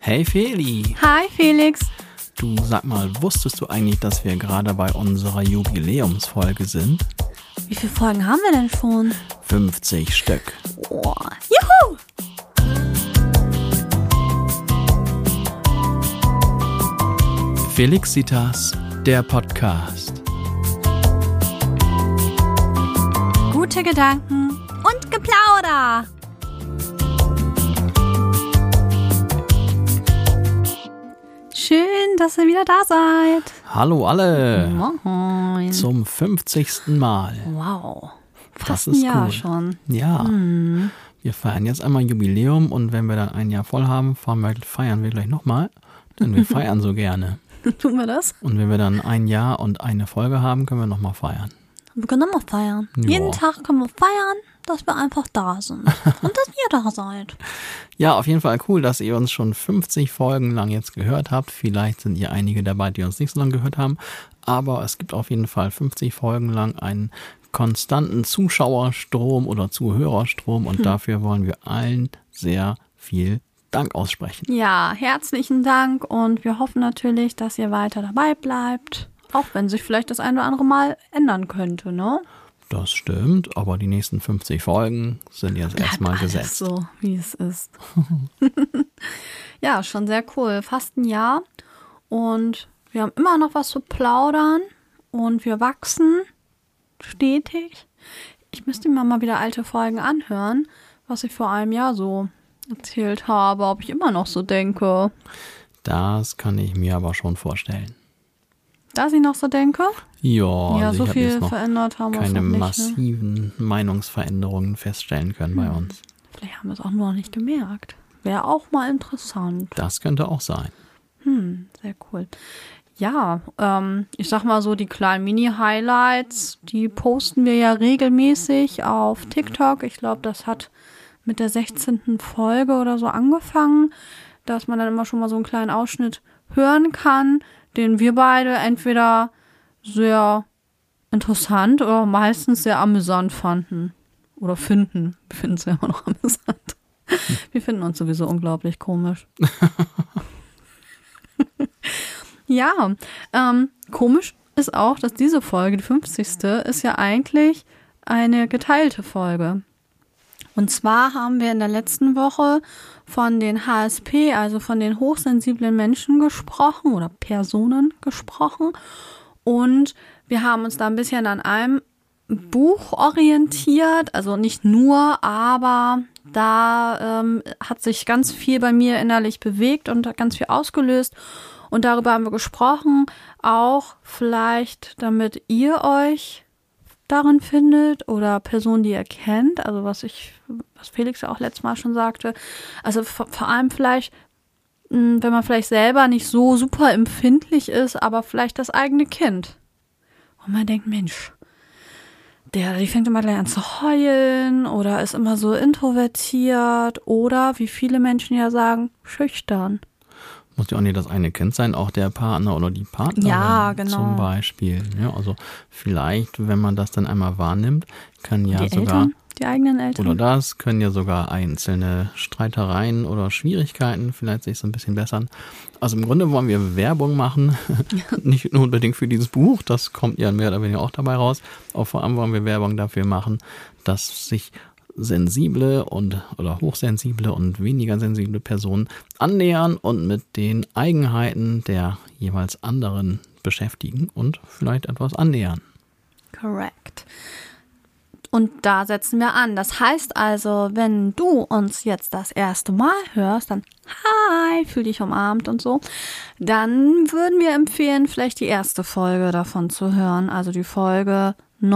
Hey Feli. Hi Felix. Du, sag mal, wusstest du eigentlich, dass wir gerade bei unserer Jubiläumsfolge sind? Wie viele Folgen haben wir denn schon? 50 Stück. Oh, juhu! Felixitas, der Podcast. Gute Gedanken und Geplauder. Schön, dass ihr wieder da seid. Hallo alle. Moin. Zum 50. Mal. Wow. Das Fast ein ist Jahr cool. schon. Ja. Wir feiern jetzt einmal Jubiläum und wenn wir dann ein Jahr voll haben, feiern wir gleich nochmal. Denn wir feiern so gerne. Tun wir das? Und wenn wir dann ein Jahr und eine Folge haben, können wir nochmal feiern. Wir können immer feiern. Ja. Jeden Tag können wir feiern, dass wir einfach da sind. Und dass ihr da seid. Ja, auf jeden Fall cool, dass ihr uns schon 50 Folgen lang jetzt gehört habt. Vielleicht sind ihr einige dabei, die uns nicht so lange gehört haben. Aber es gibt auf jeden Fall 50 Folgen lang einen konstanten Zuschauerstrom oder Zuhörerstrom. Und dafür wollen wir allen sehr viel Dank aussprechen. Ja, herzlichen Dank und wir hoffen natürlich, dass ihr weiter dabei bleibt. Auch wenn sich vielleicht das ein oder andere Mal ändern könnte, ne? Das stimmt, aber die nächsten 50 Folgen sind jetzt erstmal Alles gesetzt. so, wie es ist. Ja, schon sehr cool. Fast ein Jahr und wir haben immer noch was zu plaudern und wir wachsen stetig. Ich müsste mir mal wieder alte Folgen anhören, was ich vor einem Jahr so erzählt habe, ob ich immer noch so denke. Das kann ich mir aber schon vorstellen. Dass ich noch so denke? Ja, Ja, also so ich habe viel jetzt noch verändert haben wir uns keine noch nicht, ne? massiven Meinungsveränderungen feststellen können bei uns. Vielleicht haben wir es auch noch nicht gemerkt. Wäre auch mal interessant. Das könnte auch sein. Sehr cool. Ja, ich sag mal so, die kleinen Mini-Highlights, die posten wir ja regelmäßig auf TikTok. Ich glaube, das hat mit der 16. Folge oder so angefangen, dass man dann immer schon mal so einen kleinen Ausschnitt hören kann, den wir beide entweder sehr interessant oder meistens sehr amüsant fanden. Oder finden. Wir finden es ja immer noch amüsant. Wir finden uns sowieso unglaublich komisch. Ja, komisch ist auch, dass diese Folge, die 50. ist ja eigentlich eine geteilte Folge. Und zwar haben wir in der letzten Woche von den HSP, also von den hochsensiblen Menschen gesprochen oder Personen gesprochen. Und wir haben uns da ein bisschen an einem Buch orientiert, also nicht nur, aber da hat sich ganz viel bei mir innerlich bewegt und hat ganz viel ausgelöst. Und darüber haben wir gesprochen, auch vielleicht, damit ihr euch darin findet oder Personen, die ihr kennt, also was Felix ja auch letztes Mal schon sagte, also vor allem vielleicht, wenn man vielleicht selber nicht so super empfindlich ist, aber vielleicht das eigene Kind. Und man denkt, Mensch, die fängt immer gleich an zu heulen oder ist immer so introvertiert oder, wie viele Menschen ja sagen, schüchtern. Muss ja auch nicht das eine Kind sein, auch der Partner oder die Partnerin Ja, genau. zum Beispiel. Ja, also vielleicht, wenn man das dann einmal wahrnimmt, kann ja Die sogar, Eltern, die eigenen Eltern. oder das können ja sogar einzelne Streitereien oder Schwierigkeiten vielleicht sich so ein bisschen bessern. Also im Grunde wollen wir Werbung machen, nicht nur unbedingt für dieses Buch, das kommt ja mehr oder weniger auch dabei raus, aber vor allem wollen wir Werbung dafür machen, dass sich sensible oder hochsensible und weniger sensible Personen annähern und mit den Eigenheiten der jeweils anderen beschäftigen und vielleicht etwas annähern. Correct. Und da setzen wir an. Das heißt also, wenn du uns jetzt das erste Mal hörst, dann hi, fühl dich umarmt und so, dann würden wir empfehlen, vielleicht die erste Folge davon zu hören. Also die Folge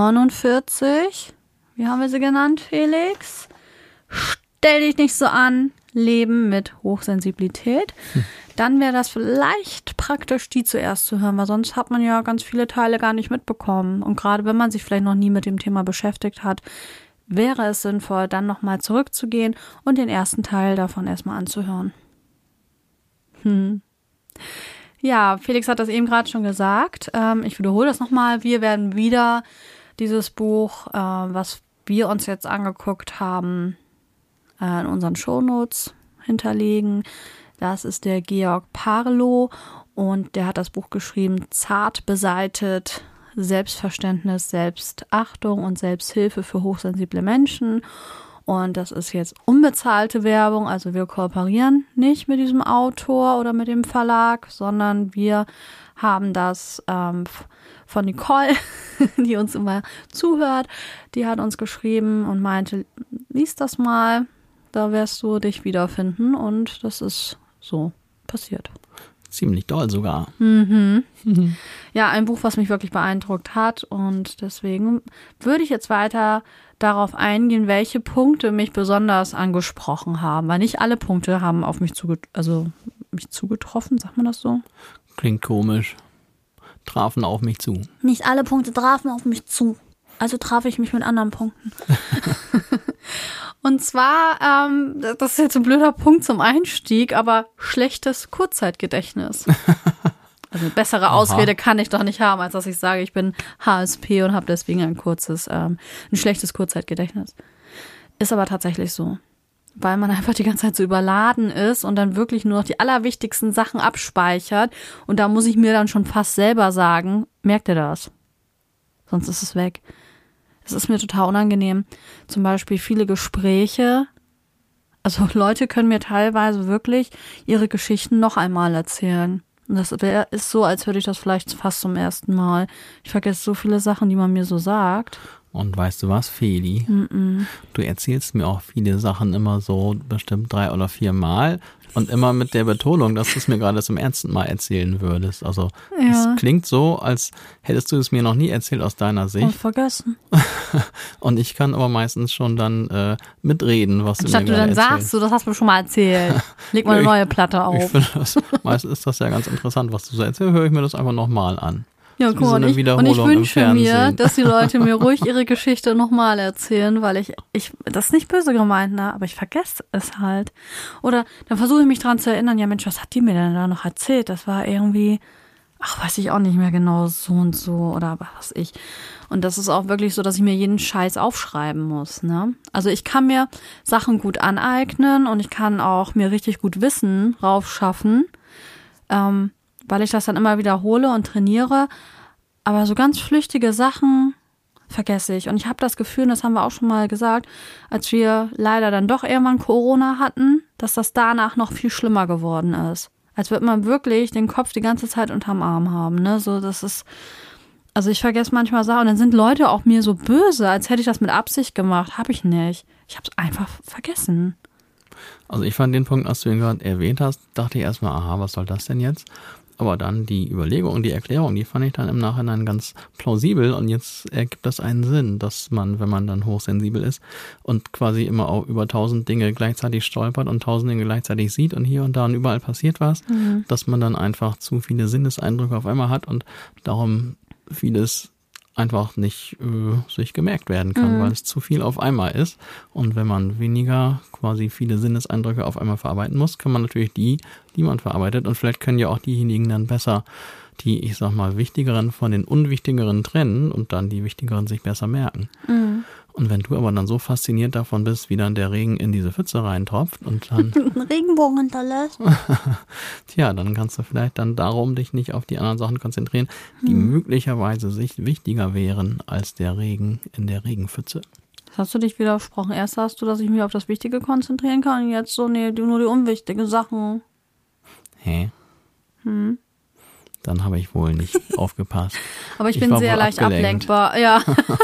49. Wie haben wir sie genannt, Felix? Stell dich nicht so an. Leben mit Hochsensibilität. Dann wäre das vielleicht praktisch, die zuerst zu hören, weil sonst hat man ja ganz viele Teile gar nicht mitbekommen. Und gerade wenn man sich vielleicht noch nie mit dem Thema beschäftigt hat, wäre es sinnvoll, dann nochmal zurückzugehen und den ersten Teil davon erstmal anzuhören. Ja, Felix hat das eben gerade schon gesagt. Ich wiederhole das nochmal. Wir werden wieder dieses Buch, was wir uns jetzt angeguckt haben, in unseren Shownotes hinterlegen. Das ist der Georg Parlow und der hat das Buch geschrieben, Zart beseitet, Selbstverständnis, Selbstachtung und Selbsthilfe für hochsensible Menschen. Und das ist jetzt unbezahlte Werbung, also wir kooperieren nicht mit diesem Autor oder mit dem Verlag, sondern wir haben das von Nicole, die uns immer zuhört, die hat uns geschrieben und meinte, lies das mal, da wirst du dich wiederfinden und das ist so passiert. Ziemlich doll sogar. Mhm. Ja, ein Buch, was mich wirklich beeindruckt hat und deswegen würde ich jetzt weiter darauf eingehen, welche Punkte mich besonders angesprochen haben, weil nicht alle Punkte haben auf mich zugetroffen, sagt man das so? Klingt komisch. Trafen auf mich zu. Nicht alle Punkte trafen auf mich zu, also traf ich mich mit anderen Punkten. Und zwar, das ist jetzt ein blöder Punkt zum Einstieg, aber schlechtes Kurzzeitgedächtnis. Also eine bessere Ausrede kann ich doch nicht haben, als dass ich sage, ich bin HSP und habe deswegen ein schlechtes Kurzzeitgedächtnis. Ist aber tatsächlich so. Weil man einfach die ganze Zeit so überladen ist und dann wirklich nur noch die allerwichtigsten Sachen abspeichert. Und da muss ich mir dann schon fast selber sagen, merkt ihr das? Sonst ist es weg. Es ist mir total unangenehm. Zum Beispiel viele Gespräche. Also Leute können mir teilweise wirklich ihre Geschichten noch einmal erzählen. Und das ist so, als würde ich das vielleicht fast zum ersten Mal. Ich vergesse so viele Sachen, die man mir so sagt. Und weißt du was, Feli? Du erzählst mir auch viele Sachen immer so bestimmt 3 oder 4 Mal und immer mit der Betonung, dass du es mir gerade zum ersten Mal erzählen würdest. Also es klingt so, als hättest du es mir noch nie erzählt aus deiner Sicht. Und vergessen. Und ich kann aber meistens schon dann mitreden, was du mir gerade erzählst. Statt du dann sagst, das hast du mir schon mal erzählt. Leg mal eine neue Platte auf. Ich finde meistens ist das ja ganz interessant, was du so erzählst. Höre ich mir das einfach nochmal an. Ja, guck mal, und ich wünsche mir, dass die Leute mir ruhig ihre Geschichte nochmal erzählen, weil ich, das ist nicht böse gemeint, ne, aber ich vergesse es halt. Oder dann versuche ich mich dran zu erinnern, ja Mensch, was hat die mir denn da noch erzählt? Das war irgendwie, weiß ich auch nicht mehr genau, so und so oder was weiß ich. Und das ist auch wirklich so, dass ich mir jeden Scheiß aufschreiben muss, ne. Also ich kann mir Sachen gut aneignen und ich kann auch mir richtig gut Wissen raufschaffen, weil ich das dann immer wiederhole und trainiere. Aber so ganz flüchtige Sachen vergesse ich. Und ich habe das Gefühl, das haben wir auch schon mal gesagt, als wir leider dann doch irgendwann Corona hatten, dass das danach noch viel schlimmer geworden ist. Als würde man wirklich den Kopf die ganze Zeit unterm Arm haben. Ne? So, das ist, also ich vergesse manchmal Sachen. Und dann sind Leute auch mir so böse, als hätte ich das mit Absicht gemacht. Habe ich nicht. Ich habe es einfach vergessen. Also ich fand den Punkt, als du ihn gerade erwähnt hast, dachte ich erstmal, aha, was soll das denn jetzt? Aber dann die Überlegung und die Erklärung, die fand ich dann im Nachhinein ganz plausibel und jetzt ergibt das einen Sinn, dass man, wenn man dann hochsensibel ist und quasi immer auch über 1000 Dinge gleichzeitig stolpert und 1000 Dinge gleichzeitig sieht und hier und da und überall passiert was, dass man dann einfach zu viele Sinneseindrücke auf einmal hat und darum vieles einfach nicht sich gemerkt werden kann, weil es zu viel auf einmal ist. Und wenn man weniger quasi viele Sinneseindrücke auf einmal verarbeiten muss, kann man natürlich die man verarbeitet und vielleicht können ja auch diejenigen dann besser die, ich sag mal, wichtigeren von den unwichtigeren trennen und dann die wichtigeren sich besser merken. Und wenn du aber dann so fasziniert davon bist, wie dann der Regen in diese Pfütze reintropft und dann Regenbogen hinterlässt. Tja, dann kannst du vielleicht dann darum dich nicht auf die anderen Sachen konzentrieren, die möglicherweise sich wichtiger wären als der Regen in der Regenpfütze. Hast du dich widersprochen? Erst hast du, dass ich mich auf das Wichtige konzentrieren kann und jetzt so, nee, nur die unwichtigen Sachen. Hä? Dann habe ich wohl nicht aufgepasst. Aber ich bin sehr leicht ablenkbar, ja.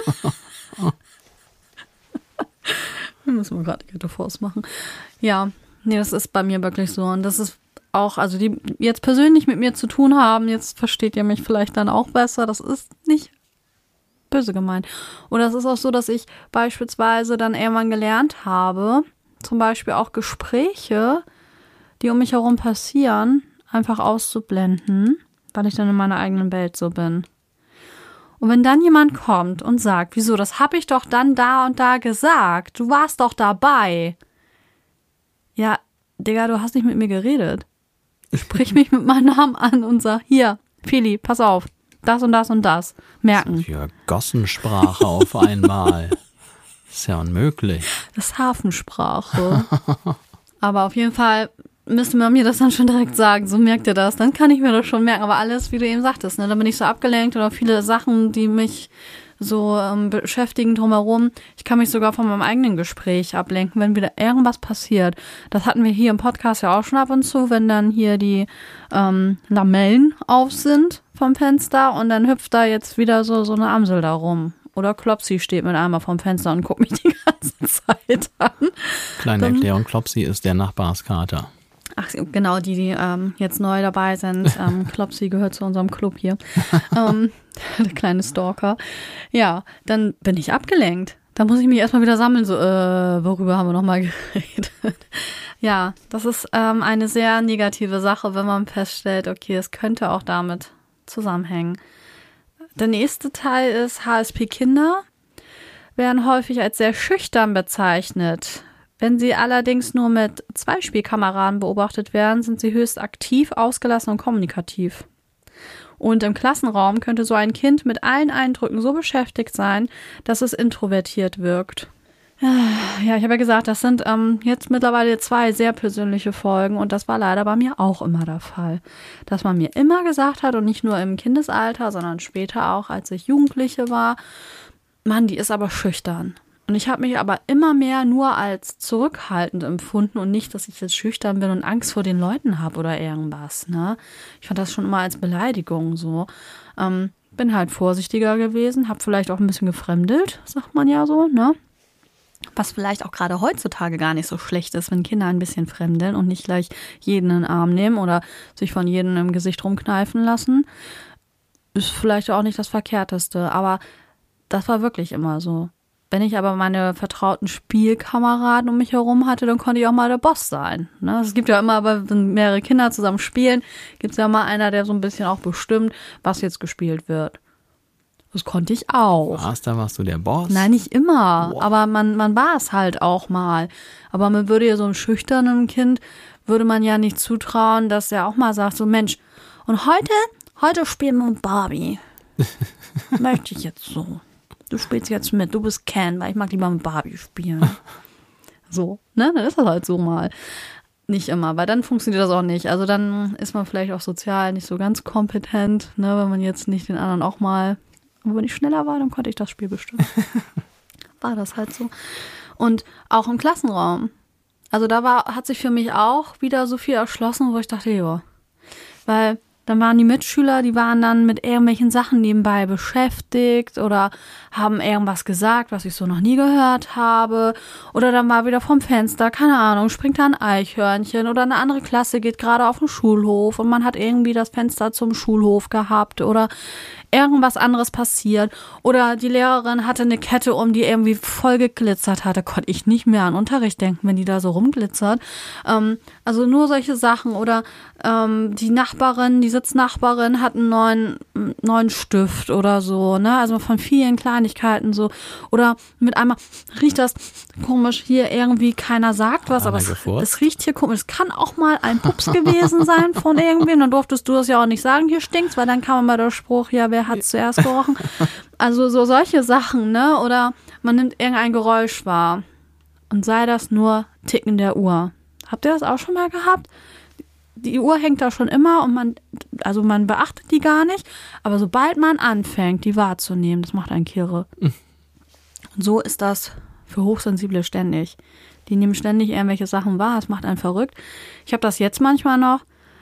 Müssen wir gerade die Kette machen. Ja, nee, das ist bei mir wirklich so. Und das ist auch, also die jetzt persönlich mit mir zu tun haben, jetzt versteht ihr mich vielleicht dann auch besser. Das ist nicht böse gemeint. Oder es ist auch so, dass ich beispielsweise dann irgendwann gelernt habe, zum Beispiel auch Gespräche, die um mich herum passieren, einfach auszublenden, weil ich dann in meiner eigenen Welt so bin. Und wenn dann jemand kommt und sagt, wieso, das habe ich doch dann da und da gesagt, du warst doch dabei. Ja, Digga, du hast nicht mit mir geredet. Sprich mich mit meinem Namen an und sag, hier, Feli, pass auf, das und das und das. Merken. Das ist ja Gossensprache auf einmal. Ist ja unmöglich. Das ist Hafensprache. Aber auf jeden Fall müsste man mir das dann schon direkt sagen, so merkt ihr das, dann kann ich mir das schon merken, aber alles, wie du eben sagtest, ne, dann bin ich so abgelenkt oder viele Sachen, die mich so beschäftigen drumherum. Ich kann mich sogar von meinem eigenen Gespräch ablenken, wenn wieder irgendwas passiert. Das hatten wir hier im Podcast ja auch schon ab und zu, wenn dann hier die Lamellen auf sind vom Fenster und dann hüpft da jetzt wieder so eine Amsel da rum. Oder Klopsi steht mit einmal vom Fenster und guckt mich die ganze Zeit an. Kleine Erklärung, Klopsi ist der Nachbarskater. Ach, genau, die jetzt neu dabei sind. Klopsi gehört zu unserem Club hier. Der kleine Stalker. Ja, dann bin ich abgelenkt. Da muss ich mich erstmal wieder sammeln, so, worüber haben wir nochmal geredet? Ja, das ist eine sehr negative Sache, wenn man feststellt, okay, es könnte auch damit zusammenhängen. Der nächste Teil ist HSP-Kinder, werden häufig als sehr schüchtern bezeichnet. Wenn sie allerdings nur mit 2 Spielkameraden beobachtet werden, sind sie höchst aktiv, ausgelassen und kommunikativ. Und im Klassenraum könnte so ein Kind mit allen Eindrücken so beschäftigt sein, dass es introvertiert wirkt. Ja, ich habe ja gesagt, das sind jetzt mittlerweile 2 sehr persönliche Folgen und das war leider bei mir auch immer der Fall. Dass man mir immer gesagt hat und nicht nur im Kindesalter, sondern später auch, als ich Jugendliche war, Mann, die ist aber schüchtern. Und ich habe mich aber immer mehr nur als zurückhaltend empfunden und nicht, dass ich jetzt schüchtern bin und Angst vor den Leuten habe oder irgendwas. Ne? Ich fand das schon immer als Beleidigung so. Bin halt vorsichtiger gewesen, habe vielleicht auch ein bisschen gefremdelt, sagt man ja so, ne? Was vielleicht auch gerade heutzutage gar nicht so schlecht ist, wenn Kinder ein bisschen fremdeln und nicht gleich jeden in den Arm nehmen oder sich von jedem im Gesicht rumkneifen lassen. Ist vielleicht auch nicht das Verkehrteste, aber das war wirklich immer so. Wenn ich aber meine vertrauten Spielkameraden um mich herum hatte, dann konnte ich auch mal der Boss sein. Ne? Es gibt ja immer, wenn mehrere Kinder zusammen spielen, gibt es ja mal einer, der so ein bisschen auch bestimmt, was jetzt gespielt wird. Das konnte ich auch. Warst du der Boss? Nein, nicht immer. Wow. Aber man war es halt auch mal. Aber man würde ja so einem schüchternen Kind, würde man ja nicht zutrauen, dass er auch mal sagt, so Mensch, und heute spielen wir mit Barbie. Möchte ich jetzt so. Du spielst jetzt mit, du bist Ken, weil ich mag lieber mit Barbie spielen. So, ne? Dann ist das halt so mal. Nicht immer, weil dann funktioniert das auch nicht. Also dann ist man vielleicht auch sozial nicht so ganz kompetent, ne? Wenn man jetzt nicht den anderen auch mal... Aber wenn ich schneller war, dann konnte ich das Spiel bestimmen. War das halt so. Und auch im Klassenraum. Also da hat sich für mich auch wieder so viel erschlossen, wo ich dachte, ja. Weil dann waren die Mitschüler, die waren dann mit irgendwelchen Sachen nebenbei beschäftigt oder haben irgendwas gesagt, was ich so noch nie gehört habe. Oder dann war wieder vom Fenster, keine Ahnung, springt da ein Eichhörnchen oder eine andere Klasse geht gerade auf den Schulhof und man hat irgendwie das Fenster zum Schulhof gehabt oder irgendwas anderes passiert oder die Lehrerin hatte eine Kette um, die irgendwie voll geglitzert hatte. Konnte ich nicht mehr an Unterricht denken, wenn die da so rumglitzert. Also nur solche Sachen oder die Sitznachbarin hat einen neuen Stift oder so, ne? Also von vielen Kleinigkeiten so. Oder mit einmal riecht das komisch hier irgendwie, keiner sagt was, aber es riecht hier komisch. Es kann auch mal ein Pups gewesen sein von irgendwem. Dann durftest du das ja auch nicht sagen, hier stinkt's, weil dann kam immer der Spruch, ja, wer hat zuerst gerochen? Also so solche Sachen, ne? Oder man nimmt irgendein Geräusch wahr und sei das nur Ticken der Uhr. Habt ihr das auch schon mal gehabt? Die Uhr hängt da schon immer und man beachtet die gar nicht, aber sobald man anfängt, die wahrzunehmen, das macht einen kirre. Und so ist das für Hochsensible ständig. Die nehmen ständig irgendwelche Sachen wahr, das macht einen verrückt. Ich habe das jetzt manchmal noch.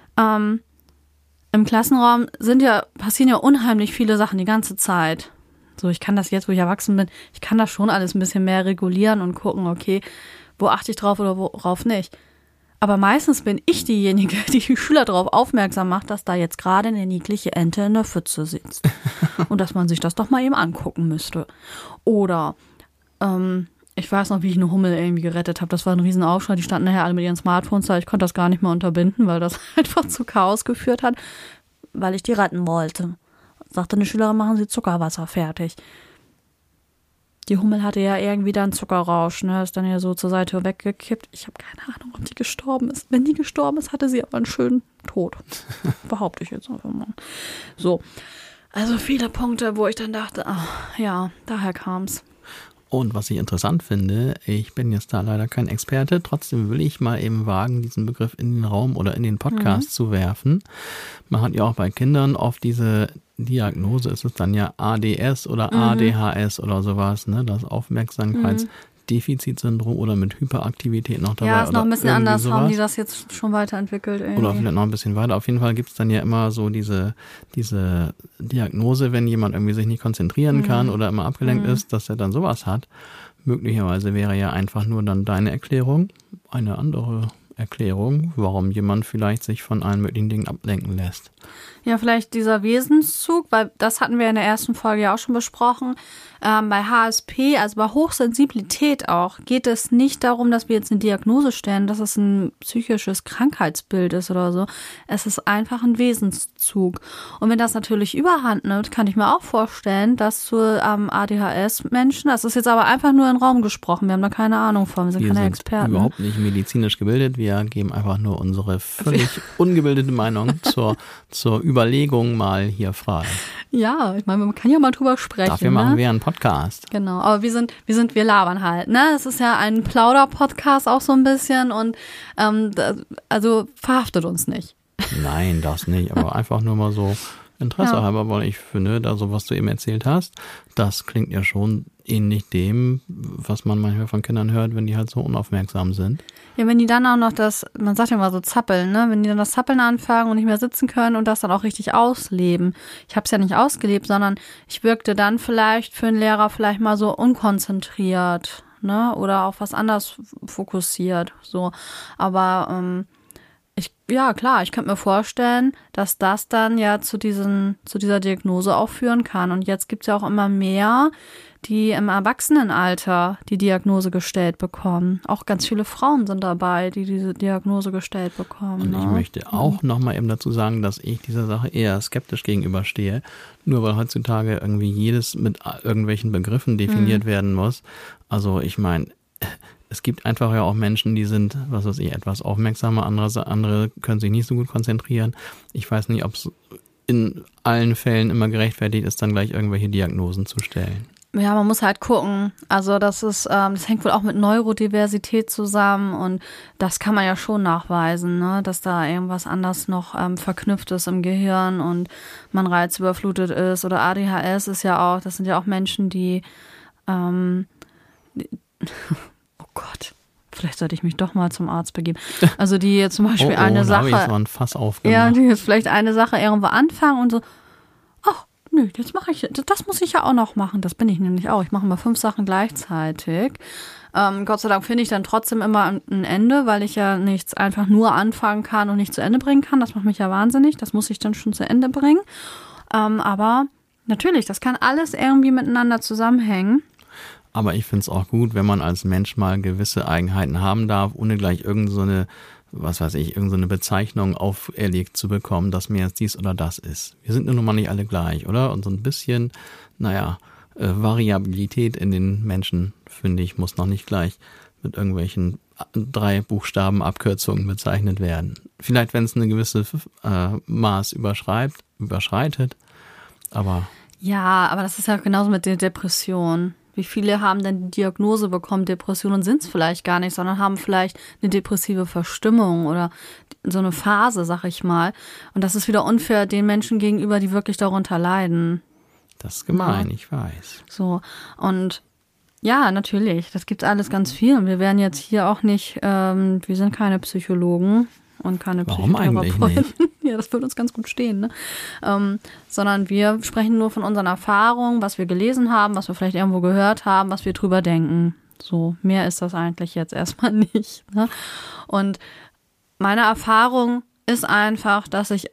Im Klassenraum passieren ja unheimlich viele Sachen die ganze Zeit. So, ich kann das jetzt, wo ich erwachsen bin, ich kann das schon alles ein bisschen mehr regulieren und gucken, okay, wo achte ich drauf oder worauf nicht. Aber meistens bin ich diejenige, die Schüler darauf aufmerksam macht, dass da jetzt gerade eine niedliche Ente in der Pfütze sitzt. Und dass man sich das doch mal eben angucken müsste. Oder, ich weiß noch, wie ich eine Hummel irgendwie gerettet habe. Das war ein Riesenaufschrei. Die standen nachher alle mit ihren Smartphones da. Ich konnte das gar nicht mehr unterbinden, weil das einfach zu Chaos geführt hat, weil ich die retten wollte. Sagte eine Schülerin, machen Sie Zuckerwasser fertig. Die Hummel hatte ja irgendwie dann Zuckerrausch, ne? Ist dann ja so zur Seite weggekippt. Ich habe keine Ahnung, ob die gestorben ist. Wenn die gestorben ist, hatte sie aber einen schönen Tod. Behaupte ich jetzt einfach mal. So, also viele Punkte, wo ich dann dachte, ach, ja, daher kam's. Und was ich interessant finde, ich bin jetzt da leider kein Experte, trotzdem will ich mal eben wagen, diesen Begriff in den Raum oder in den Podcast zu werfen. Man hat ja auch bei Kindern oft diese Diagnose, ist es dann ja ADS oder ADHS oder sowas, ne? Das Aufmerksamkeitsdefizitsyndrom oder mit Hyperaktivität noch dabei. Ja, ist noch ein bisschen anders, sowas. haben die das jetzt schon weiterentwickelt. Irgendwie. Oder vielleicht noch ein bisschen weiter. Auf jeden Fall gibt es dann ja immer so diese Diagnose, wenn jemand irgendwie sich nicht konzentrieren kann oder immer abgelenkt ist, dass er dann sowas hat. Möglicherweise wäre ja einfach nur dann deine Erklärung eine andere Erklärung, warum jemand vielleicht sich von allen möglichen Dingen ablenken lässt. Ja, vielleicht dieser Wesenszug, weil das hatten wir in der ersten Folge ja auch schon besprochen. Bei HSP, also bei Hochsensibilität auch, geht es nicht darum, dass wir jetzt eine Diagnose stellen, dass es ein psychisches Krankheitsbild ist oder so. Es ist einfach ein Wesenszug. Und wenn das natürlich überhand nimmt, kann ich mir auch vorstellen, dass zu ADHS-Menschen, das ist jetzt aber einfach nur in den Raum gesprochen, wir haben da keine Ahnung von, wir sind keine Experten. Wir sind überhaupt nicht medizinisch gebildet, wir geben einfach nur unsere völlig ungebildete Meinung zur Überlegung mal hier frei. Ja, ich meine, man kann ja mal drüber sprechen. Dafür machen wir einen Podcast. Genau, aber wir labern halt, ne? Es ist ja ein Plauder-Podcast auch so ein bisschen und also verhaftet uns nicht. Nein, das nicht, aber einfach nur mal so Interesse halber, weil ich finde, da so was du eben erzählt hast, das klingt ja schon ähnlich dem, was man manchmal von Kindern hört, wenn die halt so unaufmerksam sind. Ja, wenn die dann auch noch man sagt ja mal so zappeln, ne? Wenn die dann das Zappeln anfangen und nicht mehr sitzen können und das dann auch richtig ausleben. Ich habe es ja nicht ausgelebt, sondern ich wirkte dann vielleicht für einen Lehrer vielleicht mal so unkonzentriert, ne? Oder auf was anderes fokussiert, so. Aber ich könnte mir vorstellen, dass das dann ja zu dieser Diagnose auch führen kann. Und jetzt gibt's ja auch immer mehr, die im Erwachsenenalter die Diagnose gestellt bekommen. Auch ganz viele Frauen sind dabei, die diese Diagnose gestellt bekommen. Und ich möchte auch nochmal eben dazu sagen, dass ich dieser Sache eher skeptisch gegenüberstehe. Nur weil heutzutage irgendwie jedes mit irgendwelchen Begriffen definiert werden muss. Also ich meine, es gibt einfach ja auch Menschen, die sind, was weiß ich, etwas aufmerksamer, andere können sich nicht so gut konzentrieren. Ich weiß nicht, ob es in allen Fällen immer gerechtfertigt ist, dann gleich irgendwelche Diagnosen zu stellen. Ja, man muss halt gucken. Also das hängt wohl auch mit Neurodiversität zusammen und das kann man ja schon nachweisen, ne? Dass da irgendwas anders noch verknüpft ist im Gehirn und man reizüberflutet ist. Oder ADHS ist ja auch, das sind ja auch Menschen, die oh Gott, vielleicht sollte ich mich doch mal zum Arzt begeben. Also die jetzt zum Beispiel eine Sache, da habe ich so ein Fass aufgemacht. Ja, die jetzt vielleicht eine Sache irgendwo anfangen und so, ach, nö, jetzt mache ich, das muss ich ja auch noch machen. Das bin ich nämlich auch. Ich mache mal 5 Sachen gleichzeitig. Gott sei Dank finde ich dann trotzdem immer ein Ende, weil ich ja nichts einfach nur anfangen kann und nicht zu Ende bringen kann. Das macht mich ja wahnsinnig. Das muss ich dann schon zu Ende bringen. Aber natürlich, das kann alles irgendwie miteinander zusammenhängen. Aber ich finde es auch gut, wenn man als Mensch mal gewisse Eigenheiten haben darf, ohne gleich irgendeine Bezeichnung auferlegt zu bekommen, dass mir jetzt dies oder das ist. Wir sind nun mal nicht alle gleich, oder? Und so ein bisschen, Variabilität in den Menschen, finde ich, muss noch nicht gleich mit irgendwelchen 3 Buchstaben Abkürzungen bezeichnet werden. Vielleicht, wenn es eine gewisse Maß überschreitet, aber... Ja, aber das ist ja genauso mit der Depression. Wie viele haben denn die Diagnose bekommen, Depression, und sind es vielleicht gar nicht, sondern haben vielleicht eine depressive Verstimmung oder so eine Phase, sag ich mal. Und das ist wieder unfair den Menschen gegenüber, die wirklich darunter leiden. Das ist gemein, ich weiß. So, und ja, natürlich, das gibt's alles ganz viel. Und wir werden jetzt hier auch nicht, wir sind keine Psychologen und keine Psychotherapeuten. Warum eigentlich nicht? Ja, das würde uns ganz gut stehen, ne? Sondern wir sprechen nur von unseren Erfahrungen, was wir gelesen haben, was wir vielleicht irgendwo gehört haben, was wir drüber denken. So, mehr ist das eigentlich jetzt erstmal nicht, ne? Und meine Erfahrung ist einfach, dass ich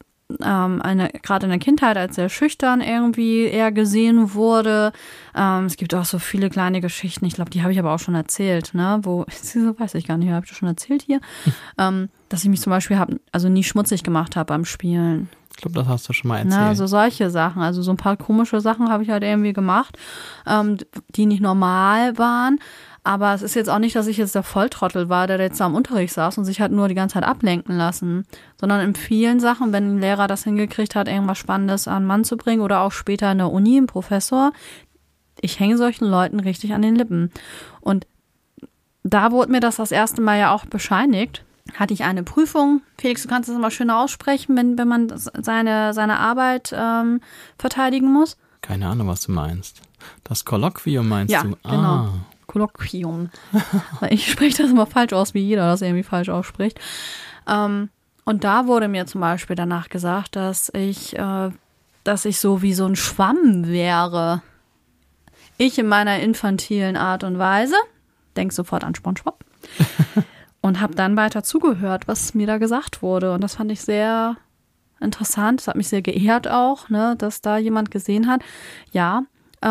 gerade in der Kindheit als sehr schüchtern irgendwie eher gesehen wurde. Es gibt auch so viele kleine Geschichten, ich glaube, die habe ich aber auch schon erzählt, ne? Weiß ich gar nicht, habe ich das schon erzählt hier? Dass ich mich zum Beispiel nie schmutzig gemacht habe beim Spielen. Ich glaube, das hast du schon mal erzählt. Na, so solche Sachen, also so ein paar komische Sachen habe ich halt irgendwie gemacht, die nicht normal waren. Aber es ist jetzt auch nicht, dass ich jetzt der Volltrottel war, der jetzt da am Unterricht saß und sich halt nur die ganze Zeit ablenken lassen. Sondern in vielen Sachen, wenn ein Lehrer das hingekriegt hat, irgendwas Spannendes an den Mann zu bringen oder auch später in der Uni, ein Professor, ich hänge solchen Leuten richtig an den Lippen. Und da wurde mir das erste Mal ja auch bescheinigt. Hatte ich eine Prüfung. Felix, du kannst das immer schöner aussprechen, wenn man seine Arbeit verteidigen muss. Keine Ahnung, was du meinst. Das Kolloquium meinst du? Ja, genau. Kolloquium. Ich spreche das immer falsch aus, wie jeder das irgendwie falsch ausspricht. Und da wurde mir zum Beispiel danach gesagt, dass ich so wie so ein Schwamm wäre. Ich in meiner infantilen Art und Weise, denk sofort an SpongeBob, und habe dann weiter zugehört, was mir da gesagt wurde. Und das fand ich sehr interessant. Das hat mich sehr geehrt auch, ne, dass da jemand gesehen hat, ja,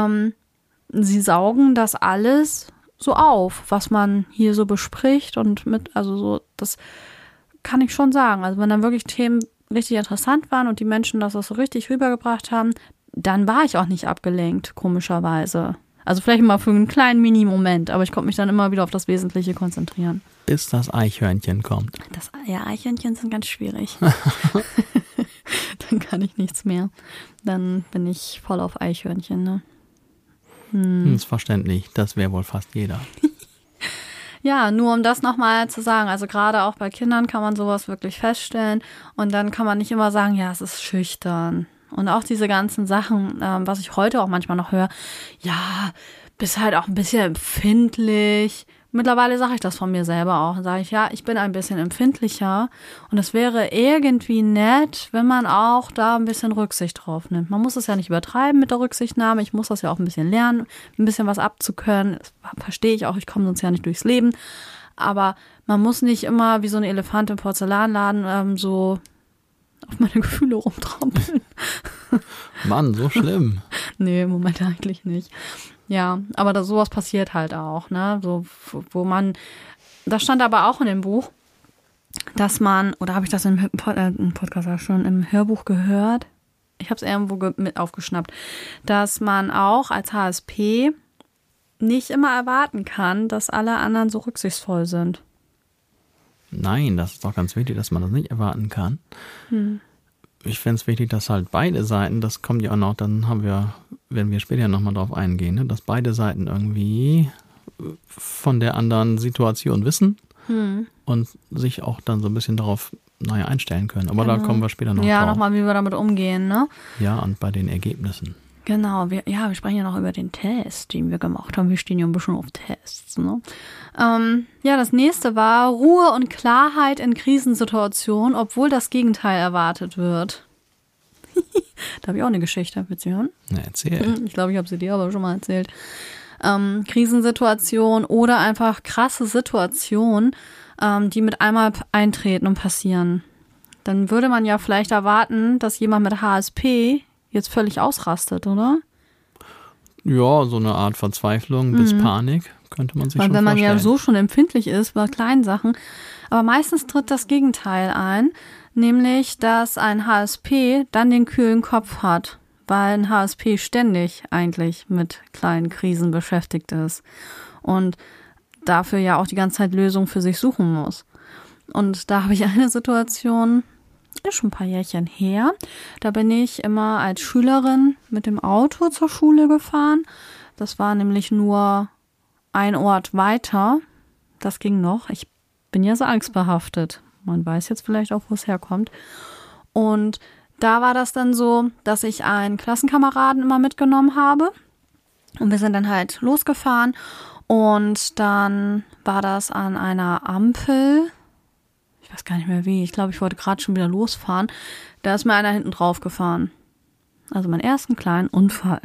sie saugen das alles so auf, was man hier so bespricht und das kann ich schon sagen. Also wenn dann wirklich Themen richtig interessant waren und die Menschen das auch so richtig rübergebracht haben, dann war ich auch nicht abgelenkt, komischerweise. Also vielleicht mal für einen kleinen Mini-Moment, aber ich konnte mich dann immer wieder auf das Wesentliche konzentrieren. Bis das Eichhörnchen kommt. Eichhörnchen sind ganz schwierig. Dann kann ich nichts mehr. Dann bin ich voll auf Eichhörnchen, ne? Das ist verständlich. Das wäre wohl fast jeder. Ja, nur um das nochmal zu sagen, also gerade auch bei Kindern kann man sowas wirklich feststellen und dann kann man nicht immer sagen, ja, es ist schüchtern. Und auch diese ganzen Sachen, was ich heute auch manchmal noch höre, ja, bist halt auch ein bisschen empfindlich. Mittlerweile sage ich das von mir selber auch. Dann sage ich, ja, ich bin ein bisschen empfindlicher und es wäre irgendwie nett, wenn man auch da ein bisschen Rücksicht drauf nimmt. Man muss es ja nicht übertreiben mit der Rücksichtnahme. Ich muss das ja auch ein bisschen lernen, ein bisschen was abzukönnen. Das verstehe ich auch, ich komme sonst ja nicht durchs Leben. Aber man muss nicht immer wie so ein Elefant im Porzellanladen so auf meine Gefühle rumtrampeln. Mann, so schlimm. Nee, im Moment eigentlich nicht. Ja, aber sowas passiert halt auch, ne? So, wo man, das stand aber auch in dem Buch, dass man, oder habe ich das im Podcast auch schon, im Hörbuch gehört? Ich habe es irgendwo mit aufgeschnappt, dass man auch als HSP nicht immer erwarten kann, dass alle anderen so rücksichtsvoll sind. Nein, das ist doch ganz wichtig, dass man das nicht erwarten kann. Ich fände es wichtig, dass halt beide Seiten, das kommt ja auch noch, werden wir später nochmal drauf eingehen, ne, dass beide Seiten irgendwie von der anderen Situation wissen und sich auch dann so ein bisschen darauf einstellen können. Aber da kommen wir später noch drauf. Ja, nochmal, wie wir damit umgehen, ne? Ja, und bei den Ergebnissen. Genau, wir sprechen ja noch über den Test, den wir gemacht haben. Wir stehen ja ein bisschen auf Tests, ne? Ja, das nächste war Ruhe und Klarheit in Krisensituationen, obwohl das Gegenteil erwartet wird. Da habe ich auch eine Geschichte, willst du hören? Na, erzähl. Ich glaube, ich habe sie dir aber schon mal erzählt. Krisensituation oder einfach krasse Situationen, die mit einmal eintreten und passieren. Dann würde man ja vielleicht erwarten, dass jemand mit HSP jetzt völlig ausrastet, oder? Ja, so eine Art Verzweiflung bis Panik könnte man sich schon vorstellen. Weil wenn man ja so schon empfindlich ist bei kleinen Sachen. Aber meistens tritt das Gegenteil ein, nämlich, dass ein HSP dann den kühlen Kopf hat, weil ein HSP ständig eigentlich mit kleinen Krisen beschäftigt ist und dafür ja auch die ganze Zeit Lösungen für sich suchen muss. Und da habe ich eine Situation, ist schon ein paar Jährchen her, da bin ich immer als Schülerin mit dem Auto zur Schule gefahren. Das war nämlich nur ein Ort weiter. Das ging noch. Ich bin ja so angstbehaftet. Man weiß jetzt vielleicht auch, wo es herkommt. Und da war das dann so, dass ich einen Klassenkameraden immer mitgenommen habe. Und wir sind dann halt losgefahren. Und dann war das an einer Ampel. Ich weiß gar nicht mehr wie. Ich glaube, ich wollte gerade schon wieder losfahren. Da ist mir einer hinten drauf gefahren. Also meinen ersten kleinen Unfall.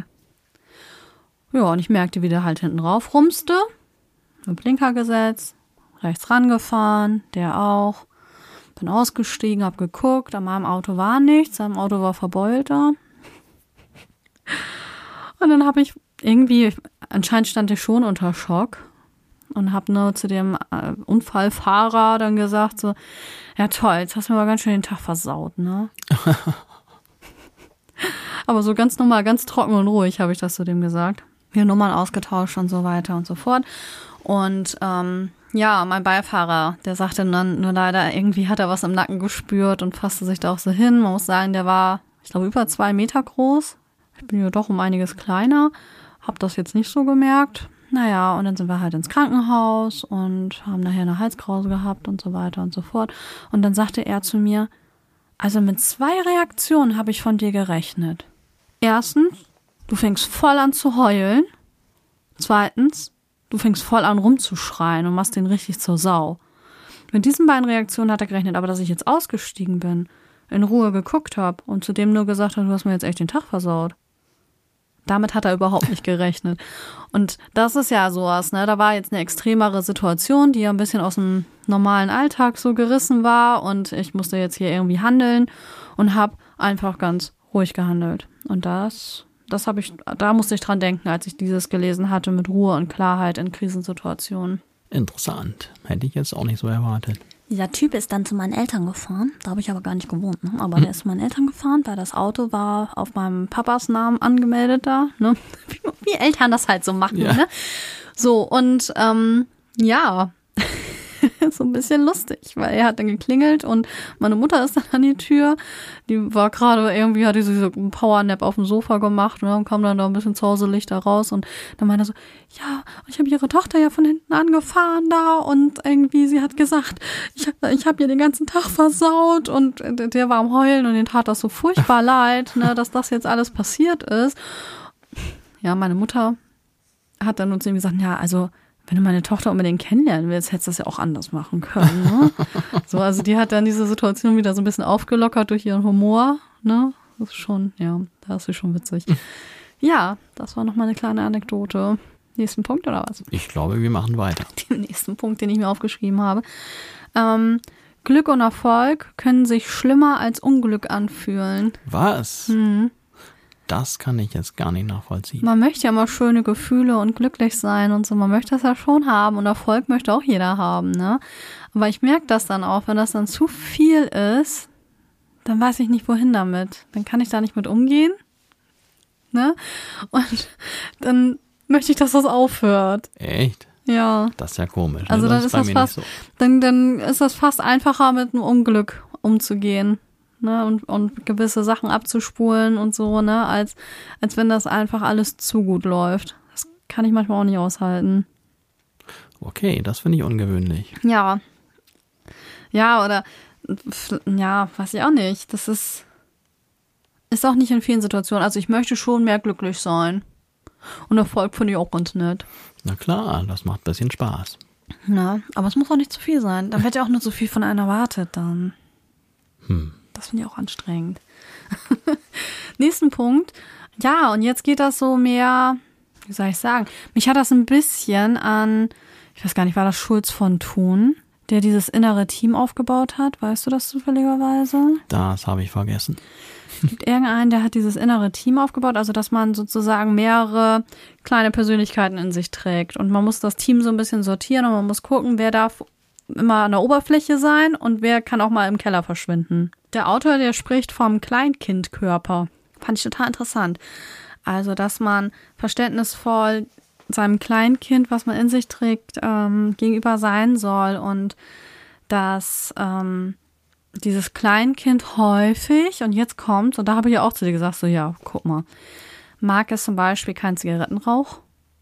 Ja, und ich merkte, wie der halt hinten drauf rumste. Mit Blinker gesetzt, rechts rangefahren, der auch. Bin ausgestiegen, hab geguckt, an meinem Auto war nichts, sein Auto war verbeult da. Und dann habe ich irgendwie, anscheinend stand ich schon unter Schock und habe nur zu dem Unfallfahrer dann gesagt so, ja toll, jetzt hast du mir aber ganz schön den Tag versaut, ne? Aber so ganz normal, ganz trocken und ruhig habe ich das zu dem gesagt. Wir Nummern ausgetauscht und so weiter und so fort. Und ja, mein Beifahrer, der sagte dann nur leider, irgendwie hat er was im Nacken gespürt und fasste sich da auch so hin. Man muss sagen, der war, ich glaube, über 2 Meter groß. Ich bin ja doch um einiges kleiner. Hab das jetzt nicht so gemerkt. Naja, und dann sind wir halt ins Krankenhaus und haben nachher eine Halskrause gehabt und so weiter und so fort. Und dann sagte er zu mir, also mit 2 Reaktionen habe ich von dir gerechnet. Erstens, du fängst voll an zu heulen. Zweitens, du fängst voll an rumzuschreien und machst den richtig zur Sau. Mit diesen beiden Reaktionen hat er gerechnet, aber dass ich jetzt ausgestiegen bin, in Ruhe geguckt habe und zudem nur gesagt habe, du hast mir jetzt echt den Tag versaut. Damit hat er überhaupt nicht gerechnet. Und das ist ja sowas, ne? Da war jetzt eine extremere Situation, die ja ein bisschen aus dem normalen Alltag so gerissen war und ich musste jetzt hier irgendwie handeln und habe einfach ganz ruhig gehandelt. Und da musste ich dran denken, als ich dieses gelesen hatte mit Ruhe und Klarheit in Krisensituationen. Interessant. Hätte ich jetzt auch nicht so erwartet. Dieser Typ ist dann zu meinen Eltern gefahren. Da habe ich aber gar nicht gewohnt, ne? Aber der ist zu meinen Eltern gefahren, weil das Auto war auf meinem Papas Namen angemeldet da, ne? Wie Eltern das halt so machen, ja. Ne? So, und ja, so ein bisschen lustig, weil er hat dann geklingelt und meine Mutter ist dann an die Tür. Die war gerade irgendwie, hatte sie so einen Powernap auf dem Sofa gemacht, ne, und kam dann da ein bisschen zu Hause Licht da raus und dann meinte er so, ja, ich habe ihre Tochter ja von hinten angefahren da und irgendwie, sie hat gesagt, ich hab ihr den ganzen Tag versaut und der war am Heulen und den tat das so furchtbar leid, ne, dass das jetzt alles passiert ist. Ja, meine Mutter hat dann uns irgendwie gesagt, ja, also wenn du meine Tochter unbedingt kennenlernen willst, hättest du das ja auch anders machen können. Ne? So, also die hat dann diese Situation wieder so ein bisschen aufgelockert durch ihren Humor. Ne? Das ist schon, ja, da ist sie schon witzig. Ja, das war nochmal eine kleine Anekdote. Nächsten Punkt oder was? Ich glaube, wir machen weiter. Den nächsten Punkt, den ich mir aufgeschrieben habe. Glück und Erfolg können sich schlimmer als Unglück anfühlen. Was? Das kann ich jetzt gar nicht nachvollziehen. Man möchte ja immer schöne Gefühle und glücklich sein und so. Man möchte das ja schon haben und Erfolg möchte auch jeder haben, ne? Aber ich merke das dann auch, wenn das dann zu viel ist, dann weiß ich nicht, wohin damit. Dann kann ich da nicht mit umgehen, ne? Und dann möchte ich, dass das aufhört. Echt? Ja. Das ist ja komisch. Also ne? dann ist das fast, so. dann ist das fast einfacher, mit einem Unglück umzugehen. Ne, und gewisse Sachen abzuspulen und so, ne, als wenn das einfach alles zu gut läuft. Das kann ich manchmal auch nicht aushalten. Okay, das finde ich ungewöhnlich. Ja. Ja, oder ja, weiß ich auch nicht. Das ist auch nicht in vielen Situationen. Also ich möchte schon mehr glücklich sein. Und Erfolg finde ich auch ganz nett. Na klar, das macht ein bisschen Spaß. Na, aber es muss auch nicht zu viel sein. Dann wird ja auch nur so viel von einem erwartet dann. Das finde ich auch anstrengend. Nächsten Punkt. Ja, und jetzt geht das so mehr, wie soll ich sagen, mich hat das ein bisschen an, ich weiß gar nicht, war das Schulz von Thun, der dieses innere Team aufgebaut hat? Weißt du das zufälligerweise? Das habe ich vergessen. Es gibt irgendeinen, der hat dieses innere Team aufgebaut, also dass man sozusagen mehrere kleine Persönlichkeiten in sich trägt. Und man muss das Team so ein bisschen sortieren und man muss gucken, wer darf immer an der Oberfläche sein und wer kann auch mal im Keller verschwinden. Der Autor, der spricht vom Kleinkindkörper. Fand ich total interessant. Also, dass man verständnisvoll seinem Kleinkind, was man in sich trägt, gegenüber sein soll und dass dieses Kleinkind häufig, und jetzt kommt, und da habe ich ja auch zu dir gesagt, so ja, guck mal, mag es zum Beispiel keinen Zigarettenrauch.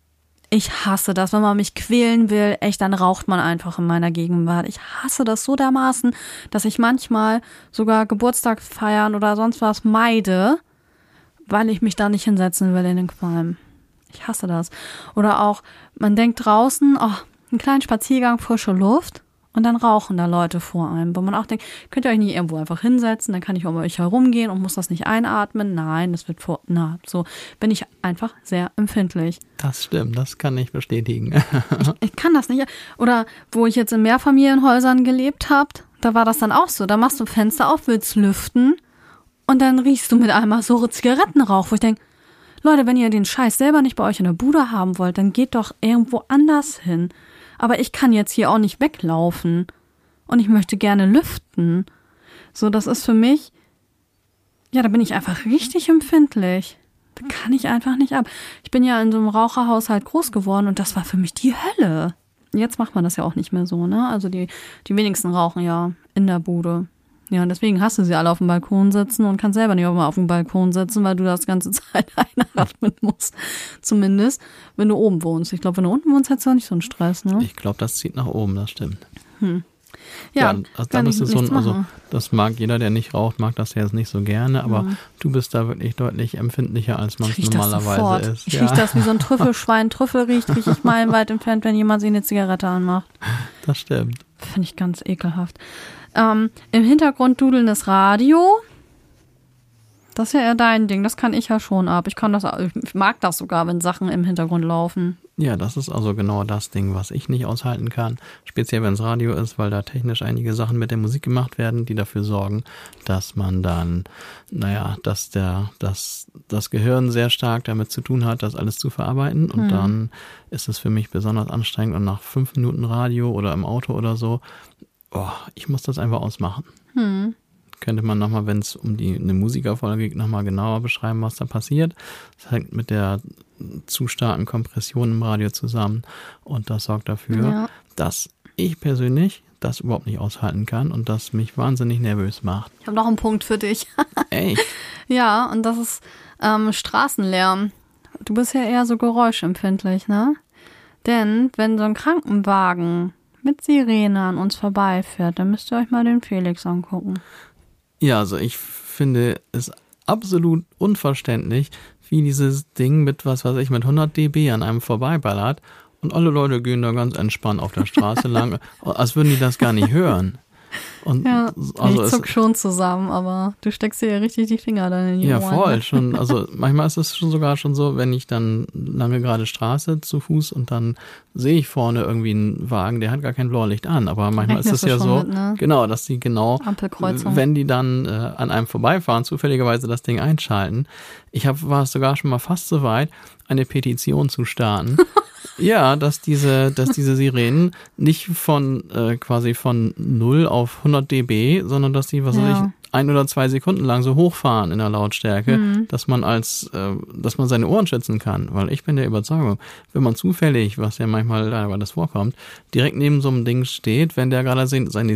Ich hasse das, wenn man mich quälen will, echt, dann raucht man einfach in meiner Gegenwart. Ich hasse das so dermaßen, dass ich manchmal sogar Geburtstag feiern oder sonst was meide, weil ich mich da nicht hinsetzen will in den Qualm. Ich hasse das. Oder auch, man denkt draußen, oh, einen kleinen Spaziergang, frische Luft und dann rauchen da Leute vor einem, wo man auch denkt, könnt ihr euch nicht irgendwo einfach hinsetzen, dann kann ich um euch herumgehen und muss das nicht einatmen. Nein, das wird so bin ich einfach sehr empfindlich. Das stimmt, das kann ich bestätigen. Ich kann das nicht. Oder wo ich jetzt in Mehrfamilienhäusern gelebt habe, da war das dann auch so. Da machst du Fenster auf, willst lüften und dann riechst du mit einmal so Zigarettenrauch, wo ich denke, Leute, wenn ihr den Scheiß selber nicht bei euch in der Bude haben wollt, dann geht doch irgendwo anders hin. Aber ich kann jetzt hier auch nicht weglaufen und ich möchte gerne lüften. So, das ist für mich, ja, da bin ich einfach richtig empfindlich. Da kann ich einfach nicht ab. Ich bin ja in so einem Raucherhaushalt groß geworden und das war für mich die Hölle. Jetzt macht man das ja auch nicht mehr so, ne? Also die wenigsten rauchen ja in der Bude. Ja, und deswegen hast du sie alle auf dem Balkon sitzen und kannst selber nicht auch mal auf dem Balkon sitzen, weil du das ganze Zeit einatmen musst. Zumindest, wenn du oben wohnst. Ich glaube, wenn du unten wohnst, hättest du auch nicht so einen Stress, ne? Ich glaube, das zieht nach oben, das stimmt. Ja, also da bist du also das mag jeder, der nicht raucht, mag das ja jetzt nicht so gerne, aber du bist da wirklich deutlich empfindlicher, als man es normalerweise ist. Ich rieche das wie so ein Trüffelschwein. Trüffel rieche ich meilenweit entfernt, wenn jemand sich eine Zigarette anmacht. Das stimmt. Finde ich ganz ekelhaft. Im Hintergrund dudelndes Radio. Das ist ja eher dein Ding. Das kann ich ja schon ab. Ich mag das sogar, wenn Sachen im Hintergrund laufen. Ja, das ist also genau das Ding, was ich nicht aushalten kann. Speziell, wenn es Radio ist, weil da technisch einige Sachen mit der Musik gemacht werden, die dafür sorgen, dass man dann, dass das Gehirn sehr stark damit zu tun hat, das alles zu verarbeiten. Und dann ist es für mich besonders anstrengend. Und nach 5 Minuten Radio oder im Auto oder so, ich muss das einfach ausmachen. Könnte man nochmal, wenn es um eine Musikerfolge geht, nochmal genauer beschreiben, was da passiert. Das hängt mit der zu starken Kompression im Radio zusammen und das sorgt dafür, dass ich persönlich das überhaupt nicht aushalten kann und das mich wahnsinnig nervös macht. Ich habe noch einen Punkt für dich. Ey. Ja, und das ist Straßenlärm. Du bist ja eher so geräuschempfindlich, ne? Denn wenn so ein Krankenwagen mit Sirene an uns vorbeifährt, dann müsst ihr euch mal den Felix angucken. Ja, also ich finde es absolut unverständlich, wie dieses Ding mit, mit 100 dB an einem vorbeiballert und alle Leute gehen da ganz entspannt auf der Straße lang, als würden die das gar nicht hören. Und ja, also ich zuck schon zusammen, aber du steckst dir ja richtig die Finger dann in die Ohren. Ja, voll schon. Also manchmal ist es sogar schon so, wenn ich dann lange gerade Straße zu Fuß und dann sehe ich vorne irgendwie einen Wagen, der hat gar kein Blaulicht an, aber manchmal ist es ja so, mit, ne? Genau, dass die wenn die dann an einem vorbeifahren, zufälligerweise das Ding einschalten. War es sogar schon mal fast so weit, eine Petition zu starten. Ja, dass diese Sirenen nicht quasi von 0 auf 100 dB, sondern dass die, 1 oder 2 Sekunden lang so hochfahren in der Lautstärke, dass man seine Ohren schützen kann. Weil ich bin der Überzeugung, wenn man zufällig, was ja manchmal leider das vorkommt, direkt neben so einem Ding steht, wenn der gerade seine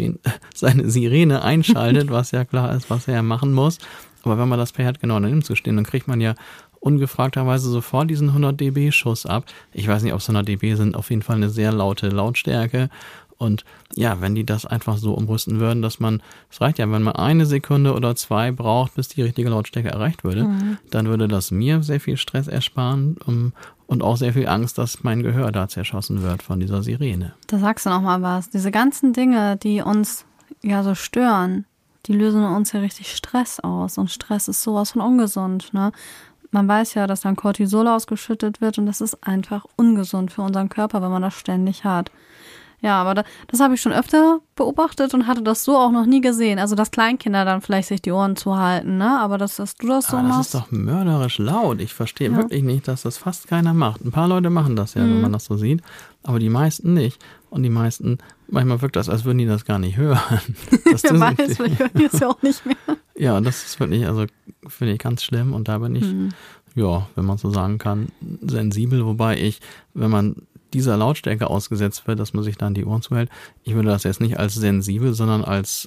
Sirene einschaltet, was ja klar ist, was er ja machen muss. Aber wenn man das Pech hat, genau daneben zu stehen, dann kriegt man ja ungefragterweise sofort diesen 100 dB Schuss ab. Ich weiß nicht, ob es 100 dB sind, auf jeden Fall eine sehr laute Lautstärke. Und ja, wenn die das einfach so umrüsten würden, es reicht ja, wenn man 1 Sekunde oder 2 braucht, bis die richtige Lautstärke erreicht würde, dann würde das mir sehr viel Stress ersparen und auch sehr viel Angst, dass mein Gehör da zerschossen wird von dieser Sirene. Da sagst du noch mal was. Diese ganzen Dinge, die uns ja so stören, die lösen uns ja richtig Stress aus. Und Stress ist sowas von ungesund, ne? Man weiß ja, dass dann Cortisol ausgeschüttet wird und das ist einfach ungesund für unseren Körper, wenn man das ständig hat. Ja, aber das habe ich schon öfter beobachtet und hatte das so auch noch nie gesehen. Also, dass Kleinkinder dann vielleicht sich die Ohren zuhalten, ne? Aber dass du das so machst. Das ist doch mörderisch laut. Ich verstehe wirklich nicht, dass das fast keiner macht. Ein paar Leute machen das ja, wenn man das so sieht, aber die meisten nicht. Und die meisten, manchmal wirkt das, als würden die das gar nicht hören. Wer weiß, vielleicht hören die es ja auch nicht mehr. Ja, das ist wirklich, finde ich ganz schlimm. Und da bin ich, wenn man so sagen kann, sensibel. Wobei wenn man dieser Lautstärke ausgesetzt wird, dass man sich dann die Ohren zuhält, ich würde das jetzt nicht als sensibel, sondern als,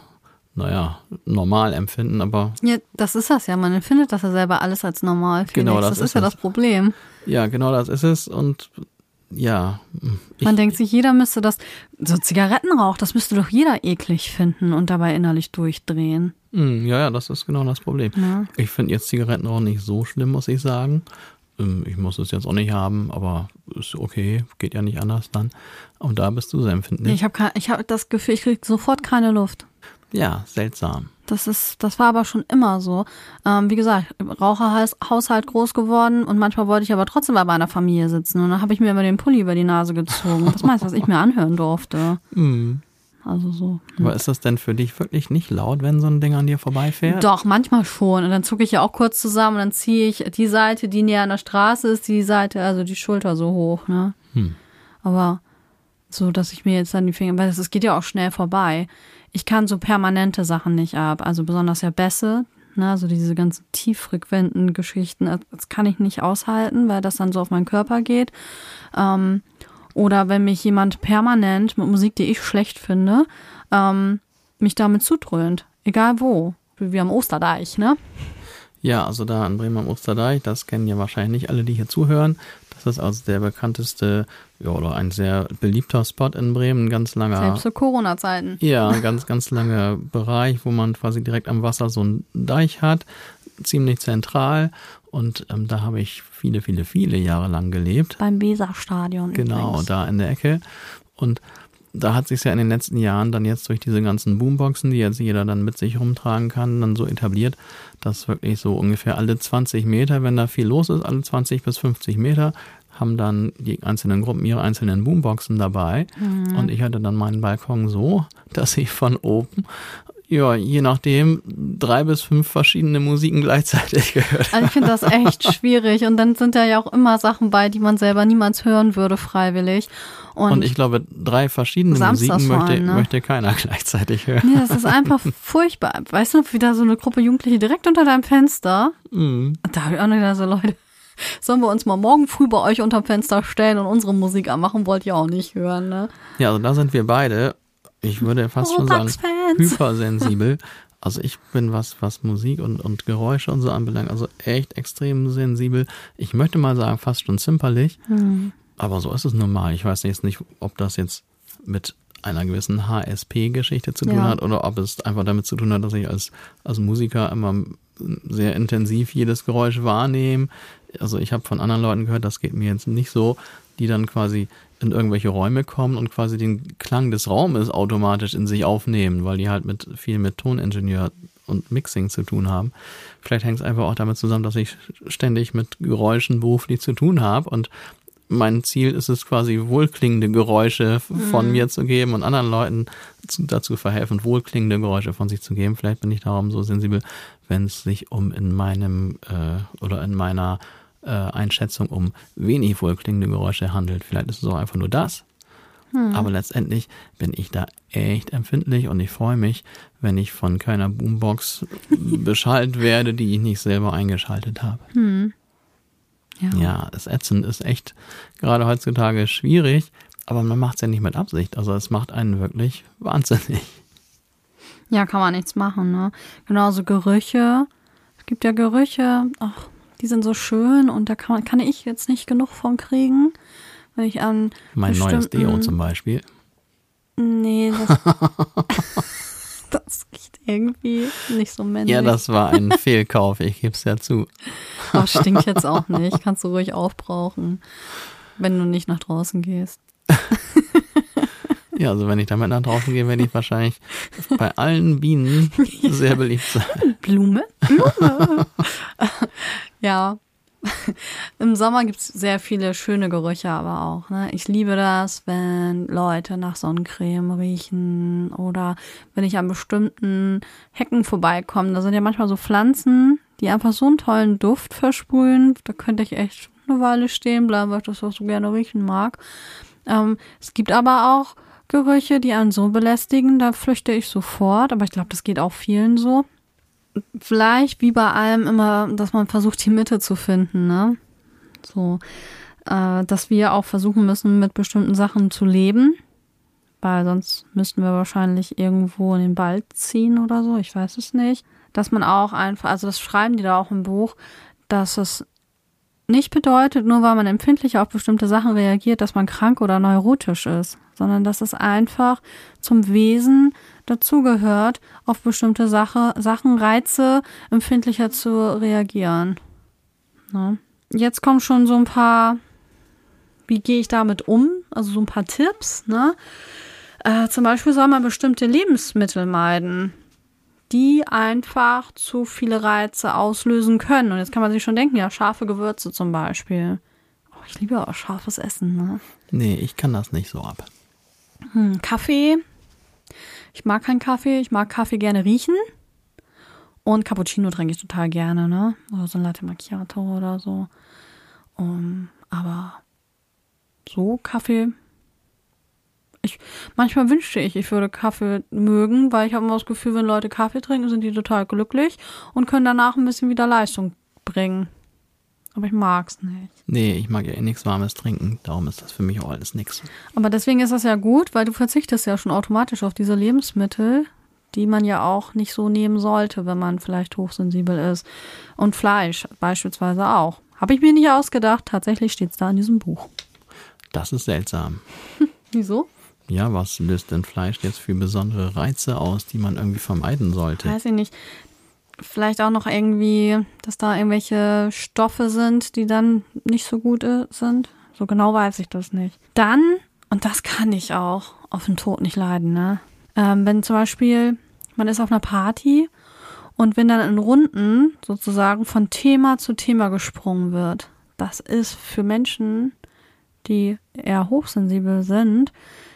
normal empfinden, aber... Ja, das ist das ja. Man empfindet das ja selber alles als normal. Genau, das ist ja das Problem. Ja, genau, das ist es. Und ja. Man denkt sich, jeder müsste so Zigarettenrauch, das müsste doch jeder eklig finden und dabei innerlich durchdrehen. Ja, das ist genau das Problem. Ja. Ich finde jetzt Zigarettenrauch nicht so schlimm, muss ich sagen. Ich muss es jetzt auch nicht haben, aber ist okay, geht ja nicht anders dann. Und da bist du sehr empfindlich. Ich hab das Gefühl, ich kriege sofort keine Luft. Ja, seltsam. Das war aber schon immer so. Wie gesagt, Raucherhaushalt groß geworden und manchmal wollte ich aber trotzdem bei meiner Familie sitzen und dann habe ich mir immer den Pulli über die Nase gezogen. Was meinst du, was ich mir anhören durfte? Also so. Aber ist das denn für dich wirklich nicht laut, wenn so ein Ding an dir vorbeifährt? Doch, manchmal schon. Und dann zucke ich ja auch kurz zusammen und dann ziehe ich die Seite, die näher an der Straße ist, die Seite, also die Schulter so hoch, ne? Aber so, dass ich mir jetzt dann die Finger, weil es geht ja auch schnell vorbei. Ich kann so permanente Sachen nicht ab, also besonders ja Bässe, ne, also diese ganzen tieffrequenten Geschichten, das kann ich nicht aushalten, weil das dann so auf meinen Körper geht. Oder wenn mich jemand permanent mit Musik, die ich schlecht finde, mich damit zudröhnt. Egal wo. Wie am Osterdeich, ne? Ja, also da in Bremen am Osterdeich, das kennen ja wahrscheinlich nicht alle, die hier zuhören. Das ist also der bekannteste, oder ein sehr beliebter Spot in Bremen, ganz langer. Selbst zu Corona-Zeiten. Ja, ganz, ganz langer Bereich, wo man quasi direkt am Wasser so einen Deich hat, ziemlich zentral. Und da habe ich viele, viele, viele Jahre lang gelebt. Beim Weserstadion. Genau, übrigens. da in der Ecke. Und da hat sich ja in den letzten Jahren dann jetzt durch diese ganzen Boomboxen, die jetzt jeder dann mit sich rumtragen kann, dann so etabliert, dass wirklich so ungefähr alle 20 Meter, wenn da viel los ist, alle 20 bis 50 Meter, haben dann die einzelnen Gruppen ihre einzelnen Boomboxen dabei. Mhm. Und ich hatte dann meinen Balkon so, dass ich von oben, ja, je nachdem, 3 bis 5 verschiedene Musiken gleichzeitig gehört habe. Also ich finde das echt schwierig. Und dann sind da ja auch immer Sachen bei, die man selber niemals hören würde, freiwillig. Und ich glaube, 3 verschiedene Musiken möchte keiner gleichzeitig hören. Nee, das ist einfach furchtbar. Weißt du, wieder so eine Gruppe Jugendliche direkt unter deinem Fenster. Mhm. Da habe ich auch noch gedacht, so Leute, sollen wir uns mal morgen früh bei euch unterm Fenster stellen und unsere Musik anmachen, wollt ihr auch nicht hören, ne? Ja, also da sind wir beide, ich würde fast schon sagen, hypersensibel. Also ich bin was Musik und Geräusche und so anbelangt, also echt extrem sensibel. Ich möchte mal sagen, fast schon zimperlich. Mhm. Aber so ist es normal. Ich weiß jetzt nicht, ob das jetzt mit einer gewissen HSP-Geschichte zu tun hat oder ob es einfach damit zu tun hat, dass ich als Musiker immer sehr intensiv jedes Geräusch wahrnehme. Also ich habe von anderen Leuten gehört, das geht mir jetzt nicht so, die dann quasi in irgendwelche Räume kommen und quasi den Klang des Raumes automatisch in sich aufnehmen, weil die halt viel mit Toningenieur und Mixing zu tun haben. Vielleicht hängt es einfach auch damit zusammen, dass ich ständig mit Geräuschen beruflich zu tun habe und mein Ziel ist es quasi, wohlklingende Geräusche von mir zu geben und anderen Leuten dazu verhelfen, wohlklingende Geräusche von sich zu geben. Vielleicht bin ich darum so sensibel, wenn es sich in meiner Einschätzung um wenig wohlklingende Geräusche handelt. Vielleicht ist es auch einfach nur das. Aber letztendlich bin ich da echt empfindlich und ich freue mich, wenn ich von keiner Boombox beschallt werde, die ich nicht selber eingeschaltet habe. Ja, das Ätzen ist echt gerade heutzutage schwierig, aber man macht es ja nicht mit Absicht. Also es macht einen wirklich wahnsinnig. Ja, kann man nichts machen, ne? Genauso Gerüche. Es gibt ja Gerüche, ach, die sind so schön und da kann ich jetzt nicht genug von kriegen. Wenn ich an mein neues Deo zum Beispiel. Nee, das riecht irgendwie nicht so männlich. Ja, das war ein Fehlkauf, ich gebe es ja zu. Ach, stinkt jetzt auch nicht. Kannst du ruhig aufbrauchen, wenn du nicht nach draußen gehst. Ja, also wenn ich damit nach draußen gehe, werde ich wahrscheinlich bei allen Bienen sehr beliebt sein. Blume. Ja. Im Sommer gibt es sehr viele schöne Gerüche aber auch. Ne? Ich liebe das, wenn Leute nach Sonnencreme riechen oder wenn ich an bestimmten Hecken vorbeikomme. Da sind ja manchmal so Pflanzen, die einfach so einen tollen Duft versprühen. Da könnte ich echt eine Weile stehen bleiben, weil ich das auch so gerne riechen mag. Es gibt aber auch Gerüche, die einen so belästigen, da flüchte ich sofort. Aber ich glaube, das geht auch vielen so. Vielleicht wie bei allem immer, dass man versucht, die Mitte zu finden, ne? So, dass wir auch versuchen müssen, mit bestimmten Sachen zu leben, weil sonst müssten wir wahrscheinlich irgendwo in den Wald ziehen oder so, ich weiß es nicht. Dass man auch einfach, also das schreiben die da auch im Buch, dass es nicht bedeutet, nur weil man empfindlich auf bestimmte Sachen reagiert, dass man krank oder neurotisch ist, sondern dass es einfach zum Wesen dazugehört, auf bestimmte Sachen, Reize empfindlicher zu reagieren. Ne? Jetzt kommen schon so ein paar, wie gehe ich damit um? Also so ein paar Tipps. Ne? Zum Beispiel soll man bestimmte Lebensmittel meiden, die einfach zu viele Reize auslösen können. Und jetzt kann man sich schon denken, ja, scharfe Gewürze zum Beispiel. Oh, ich liebe auch scharfes Essen. Ne? Nee, ich kann das nicht so ab. Kaffee. Ich mag keinen Kaffee. Ich mag Kaffee gerne riechen. Und Cappuccino trinke ich total gerne, ne? Oder so ein Latte Macchiato oder so. Aber so Kaffee. Manchmal wünschte ich würde Kaffee mögen, weil ich habe immer das Gefühl, wenn Leute Kaffee trinken, sind die total glücklich und können danach ein bisschen wieder Leistung bringen. Aber ich mag's nicht. Nee, ich mag ja eh nichts Warmes trinken. Darum ist das für mich auch alles nix. Aber deswegen ist das ja gut, weil du verzichtest ja schon automatisch auf diese Lebensmittel, die man ja auch nicht so nehmen sollte, wenn man vielleicht hochsensibel ist. Und Fleisch beispielsweise auch. Habe ich mir nicht ausgedacht, tatsächlich steht es da in diesem Buch. Das ist seltsam. Wieso? Ja, was löst denn Fleisch jetzt für besondere Reize aus, die man irgendwie vermeiden sollte? Weiß ich nicht. Vielleicht auch noch irgendwie, dass da irgendwelche Stoffe sind, die dann nicht so gut sind. So genau weiß ich das nicht. Dann, und das kann ich auch, auf den Tod nicht leiden, ne? Wenn zum Beispiel, man ist auf einer Party und wenn dann in Runden sozusagen von Thema zu Thema gesprungen wird, das ist für Menschen, die eher hochsensibel sind,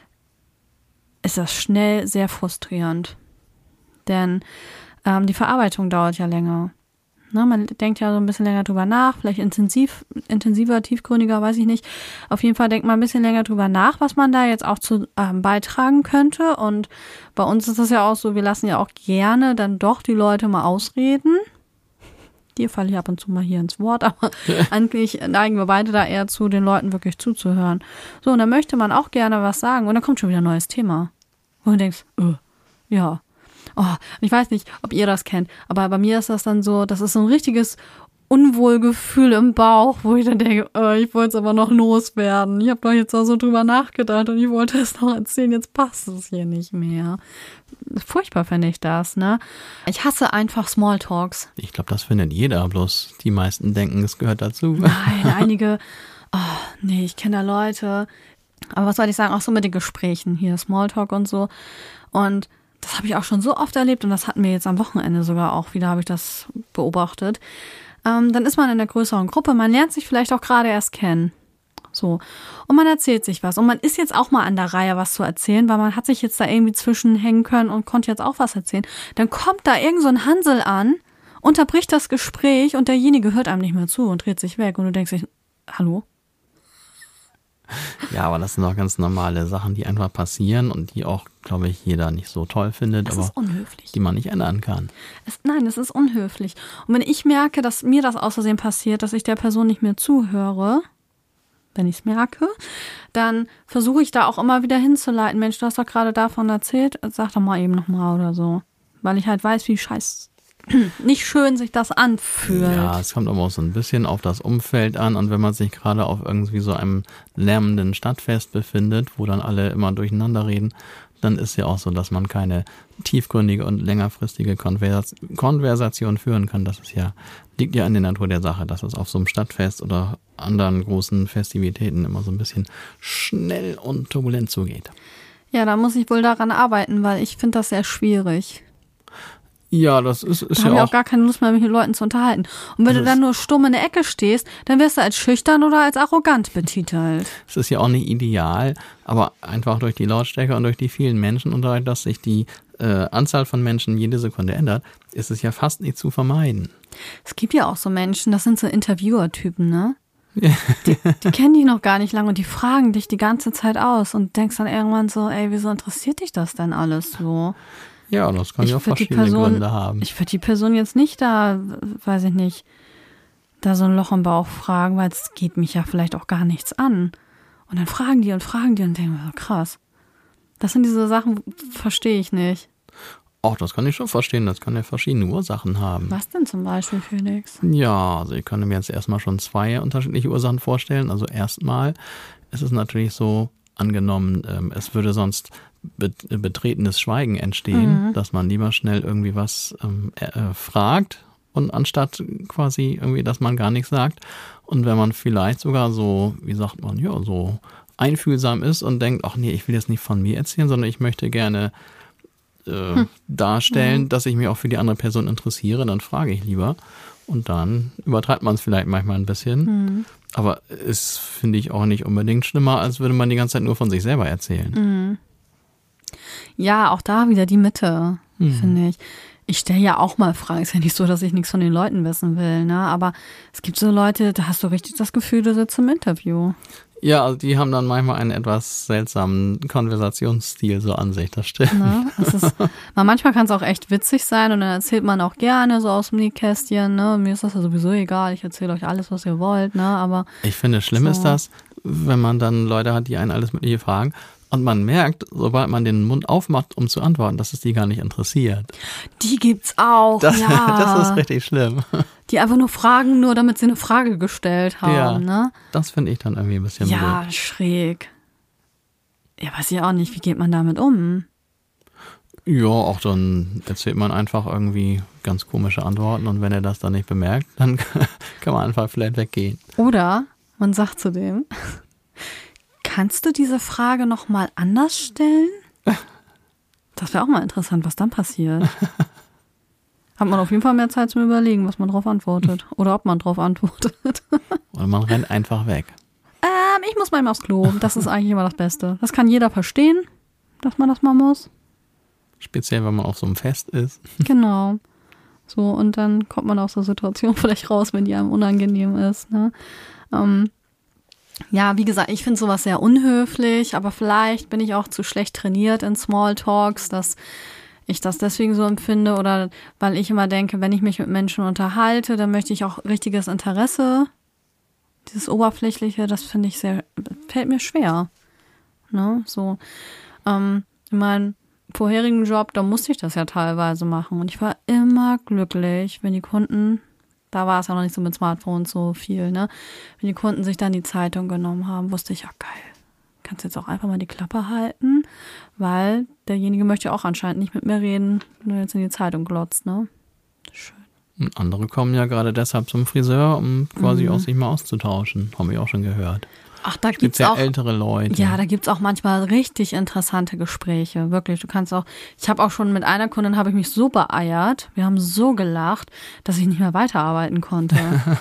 ist das schnell sehr frustrierend. Denn die Verarbeitung dauert ja länger. Ne, man denkt ja so ein bisschen länger drüber nach, vielleicht intensiver, tiefgründiger, weiß ich nicht. Auf jeden Fall denkt man ein bisschen länger drüber nach, was man da jetzt auch zu beitragen könnte. Und bei uns ist das ja auch so, wir lassen ja auch gerne dann doch die Leute mal ausreden. Dir falle ich ab und zu mal hier ins Wort, aber eigentlich neigen wir beide da eher zu, den Leuten wirklich zuzuhören. So, und dann möchte man auch gerne was sagen und dann kommt schon wieder ein neues Thema. Und du denkst, ja. Oh, ich weiß nicht, ob ihr das kennt, aber bei mir ist das dann so, das ist so ein richtiges Unwohlgefühl im Bauch, wo ich dann denke, ich wollte es aber noch loswerden. Ich habe doch jetzt auch so drüber nachgedacht und ich wollte es noch erzählen, jetzt passt es hier nicht mehr. Furchtbar finde ich das, ne? Ich hasse einfach Smalltalks. Ich glaube, das findet jeder, bloß die meisten denken, es gehört dazu. Nein, einige, ich kenne da Leute, aber was soll ich sagen, auch so mit den Gesprächen hier, Smalltalk und so. Und das habe ich auch schon so oft erlebt und das hatten wir jetzt am Wochenende sogar auch wieder, habe ich das beobachtet. Dann ist man in einer größeren Gruppe, man lernt sich vielleicht auch gerade erst kennen. So. Und man erzählt sich was. Und man ist jetzt auch mal an der Reihe, was zu erzählen, weil man hat sich jetzt da irgendwie zwischenhängen können und konnte jetzt auch was erzählen. Dann kommt da irgend so ein Hansel an, unterbricht das Gespräch und derjenige hört einem nicht mehr zu und dreht sich weg. Und du denkst dich, hallo? Ja, aber das sind auch ganz normale Sachen, die einfach passieren und die auch, glaube ich, jeder nicht so toll findet, Das aber ist unhöflich. die man nicht ändern kann. Es ist unhöflich. Und wenn ich merke, dass mir das aus Versehen passiert, dass ich der Person nicht mehr zuhöre, wenn ich es merke, dann versuche ich da auch immer wieder hinzuleiten. Mensch, du hast doch gerade davon erzählt, sag doch mal eben nochmal oder so. Weil ich halt weiß, wie nicht schön sich das anfühlt. Ja, es kommt aber auch so ein bisschen auf das Umfeld an und wenn man sich gerade auf irgendwie so einem lärmenden Stadtfest befindet, wo dann alle immer durcheinander reden, dann ist ja auch so, dass man keine tiefgründige und längerfristige Konversation führen kann. Das ist liegt ja an der Natur der Sache, dass es auf so einem Stadtfest oder anderen großen Festivitäten immer so ein bisschen schnell und turbulent zugeht. Ja, da muss ich wohl daran arbeiten, weil ich finde das sehr schwierig. Ja, das ist da ja habe ich auch auch gar keine Lust mehr, mich mit Leuten zu unterhalten. Und wenn du dann nur stumm in der Ecke stehst, dann wirst du als schüchtern oder als arrogant betitelt. Es ist ja auch nicht ideal, aber einfach durch die Lautstärke und durch die vielen Menschen und dadurch, dass sich die Anzahl von Menschen jede Sekunde ändert, ist es ja fast nicht zu vermeiden. Es gibt ja auch so Menschen, das sind so Interviewer-Typen, ne? Die kennen dich noch gar nicht lange und die fragen dich die ganze Zeit aus und denkst dann irgendwann so, ey, wieso interessiert dich das denn alles so? Ja, das kann ja auch verschiedene Gründe haben. Ich würde die Person jetzt nicht da, weiß ich nicht, da so ein Loch im Bauch fragen, weil es geht mich ja vielleicht auch gar nichts an. Und dann fragen die und denken mir so, krass. Das sind diese Sachen, verstehe ich nicht. Auch das kann ich schon verstehen, das kann ja verschiedene Ursachen haben. Was denn zum Beispiel, Felix? Ja, also ich könnte mir jetzt erstmal schon 2 unterschiedliche Ursachen vorstellen. Also erstmal ist es natürlich so, angenommen, es würde sonst betretenes Schweigen entstehen, dass man lieber schnell irgendwie was fragt und anstatt quasi irgendwie, dass man gar nichts sagt. Und wenn man vielleicht sogar so, wie sagt man, ja, so einfühlsam ist und denkt, ach nee, ich will jetzt nicht von mir erzählen, sondern ich möchte gerne darstellen, dass ich mich auch für die andere Person interessiere, dann frage ich lieber. Und dann übertreibt man es vielleicht manchmal ein bisschen. Aber es finde ich auch nicht unbedingt schlimmer, als würde man die ganze Zeit nur von sich selber erzählen. Ja, auch da wieder die Mitte, finde ich. Ich stelle ja auch mal Fragen. Ist ja nicht so, dass ich nichts von den Leuten wissen will, ne? Aber es gibt so Leute, da hast du richtig das Gefühl, du sitzt im Interview. Ja, also die haben dann manchmal einen etwas seltsamen Konversationsstil so an sich, das stimmt. Ne? Manchmal kann es auch echt witzig sein und dann erzählt man auch gerne so aus dem Nähkästchen, ne? Mir ist das ja sowieso egal, ich erzähle euch alles, was ihr wollt, ne? Aber ich finde, schlimm ist das, wenn man dann Leute hat, die einen alles Mögliche fragen Und man merkt, sobald man den Mund aufmacht, um zu antworten, dass es die gar nicht interessiert. Die gibt's auch, Das ist richtig schlimm. Die einfach nur fragen, nur damit sie eine Frage gestellt haben, Ja, ne? das finde ich dann irgendwie ein bisschen blöd. Ja, schräg. Ja, weiß ich auch nicht, wie geht man damit um? Ja, auch dann erzählt man einfach irgendwie ganz komische Antworten und wenn er das dann nicht bemerkt, dann kann man einfach vielleicht weggehen. Oder man sagt zu dem, kannst du diese Frage nochmal anders stellen? Das wäre auch mal interessant, was dann passiert. Hat man auf jeden Fall mehr Zeit zum Überlegen, was man drauf antwortet. Oder ob man drauf antwortet. Oder man rennt einfach weg. Ich muss mal aufs Klo. Das ist eigentlich immer das Beste. Das kann jeder verstehen, dass man das mal muss. Speziell, wenn man auf so einem Fest ist. Genau. So, und dann kommt man aus der Situation vielleicht raus, wenn die einem unangenehm ist. Ne? Ja, wie gesagt, ich finde sowas sehr unhöflich, aber vielleicht bin ich auch zu schlecht trainiert in Smalltalks, dass ich das deswegen so empfinde oder weil ich immer denke, wenn ich mich mit Menschen unterhalte, dann möchte ich auch richtiges Interesse. Dieses Oberflächliche, das finde ich fällt mir schwer. Ne? So, in meinem vorherigen Job, da musste ich das ja teilweise machen und ich war immer glücklich, wenn die Kunden, da war es ja noch nicht so mit Smartphones so viel, ne? Wenn die Kunden sich dann die Zeitung genommen haben, wusste ich, ja geil, kannst jetzt auch einfach mal die Klappe halten, weil derjenige möchte ja auch anscheinend nicht mit mir reden, wenn du jetzt in die Zeitung glotzt, ne? Schön. Und andere kommen ja gerade deshalb zum Friseur, um quasi auch sich mal auszutauschen. Haben wir auch schon gehört. Ach, da Gibt's ja auch ältere Leute. Ja, da gibt's auch manchmal richtig interessante Gespräche. Wirklich, ich habe auch schon mit einer Kundin, habe ich mich so beeiert, wir haben so gelacht, dass ich nicht mehr weiterarbeiten konnte.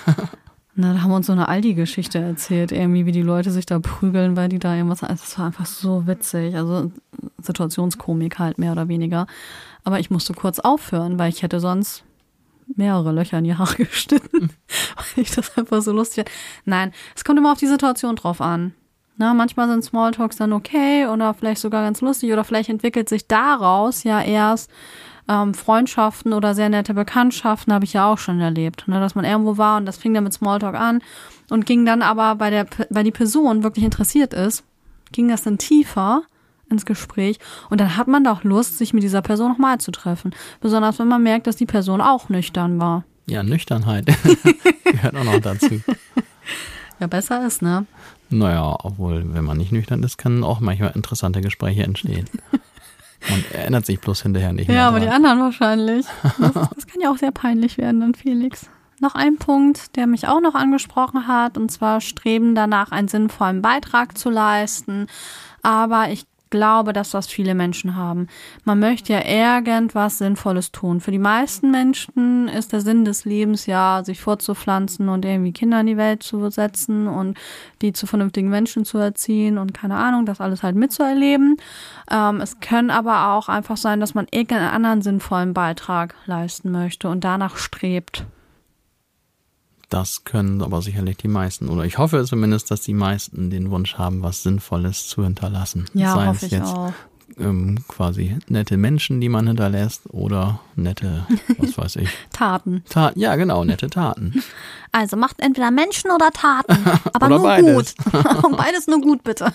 Na, da haben wir uns so eine Aldi-Geschichte erzählt, irgendwie, wie die Leute sich da prügeln, weil die da irgendwas, das war einfach so witzig, also Situationskomik halt mehr oder weniger. Aber ich musste kurz aufhören, weil ich hätte sonst mehrere Löcher in die Haare geschnitten, weil ich das einfach so lustig finde. Nein, es kommt immer auf die Situation drauf an. Na, manchmal sind Smalltalks dann okay oder vielleicht sogar ganz lustig oder vielleicht entwickelt sich daraus ja erst Freundschaften oder sehr nette Bekanntschaften, habe ich ja auch schon erlebt. Ne, dass man irgendwo war und das fing dann mit Smalltalk an und ging dann aber, weil die Person wirklich interessiert ist, ging das dann tiefer ins Gespräch und dann hat man doch Lust, sich mit dieser Person nochmal zu treffen. Besonders, wenn man merkt, dass die Person auch nüchtern war. Ja, Nüchternheit gehört auch noch dazu. Ja, besser ist, ne? Naja, obwohl, wenn man nicht nüchtern ist, können auch manchmal interessante Gespräche entstehen. Man erinnert sich bloß hinterher nicht mehr. Ja, aber die anderen wahrscheinlich. Das kann ja auch sehr peinlich werden dann, Felix. Noch ein Punkt, der mich auch noch angesprochen hat, und zwar Streben danach, einen sinnvollen Beitrag zu leisten. Aber ich glaube, dass das viele Menschen haben. Man möchte ja irgendwas Sinnvolles tun. Für die meisten Menschen ist der Sinn des Lebens ja, sich fortzupflanzen und irgendwie Kinder in die Welt zu setzen und die zu vernünftigen Menschen zu erziehen und keine Ahnung, das alles halt mitzuerleben. Es können aber auch einfach sein, dass man irgendeinen anderen sinnvollen Beitrag leisten möchte und danach strebt. Das können aber sicherlich die meisten. Oder ich hoffe zumindest, dass die meisten den Wunsch haben, was Sinnvolles zu hinterlassen. Ja, sei hoffe es ich jetzt auch. Quasi nette Menschen, die man hinterlässt oder nette, was weiß ich. Taten. Ja, genau, nette Taten. Also macht entweder Menschen oder Taten, aber oder nur beides. gut. Beides nur gut, bitte.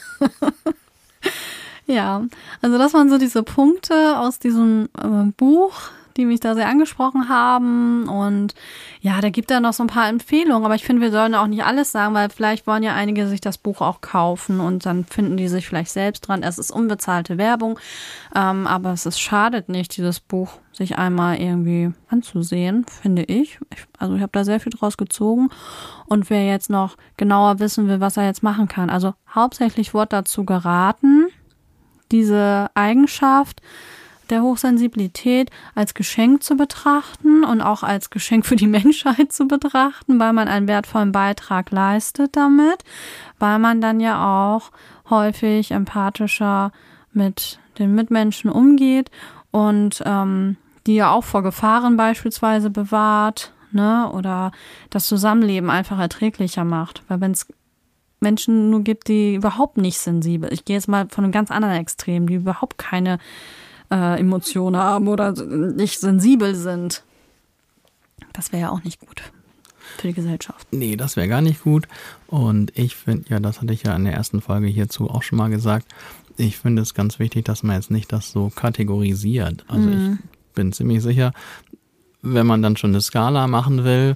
Ja, also das waren so diese Punkte aus diesem Buch, die mich da sehr angesprochen haben. Und ja, da gibt er noch so ein paar Empfehlungen, aber ich finde, wir sollen auch nicht alles sagen, weil vielleicht wollen ja einige sich das Buch auch kaufen und dann finden die sich vielleicht selbst dran. Es ist unbezahlte Werbung, aber schadet nicht, dieses Buch sich einmal irgendwie anzusehen, finde ich. Also ich habe da sehr viel draus gezogen und wer jetzt noch genauer wissen will, was er jetzt machen kann. Also hauptsächlich wurde dazu geraten, diese Eigenschaft der Hochsensibilität als Geschenk zu betrachten und auch als Geschenk für die Menschheit zu betrachten, weil man einen wertvollen Beitrag leistet damit, weil man dann ja auch häufig empathischer mit den Mitmenschen umgeht und die ja auch vor Gefahren beispielsweise bewahrt, ne, oder das Zusammenleben einfach erträglicher macht, weil wenn es Menschen nur gibt, die überhaupt nicht sensibel, ich gehe jetzt mal von einem ganz anderen Extrem, die überhaupt keine Emotionen haben oder nicht sensibel sind. Das wäre ja auch nicht gut für die Gesellschaft. Nee, das wäre gar nicht gut. Und ich finde ja, das hatte ich ja in der ersten Folge hierzu auch schon mal gesagt, ich finde es ganz wichtig, dass man jetzt nicht das so kategorisiert. Also ich bin ziemlich sicher, wenn man dann schon eine Skala machen will,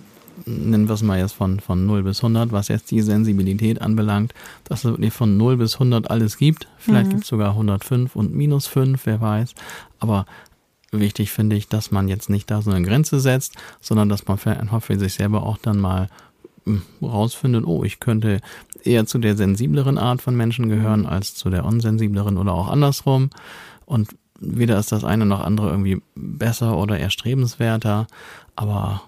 nennen wir es mal jetzt von 0 bis 100, was jetzt die Sensibilität anbelangt, dass es wirklich von 0 bis 100 alles gibt. Vielleicht gibt es sogar 105 und -5, wer weiß. Aber wichtig finde ich, dass man jetzt nicht da so eine Grenze setzt, sondern dass man einfach für sich selber auch dann mal rausfindet, ich könnte eher zu der sensibleren Art von Menschen gehören als zu der unsensibleren oder auch andersrum. Und weder ist das eine noch andere irgendwie besser oder erstrebenswerter, aber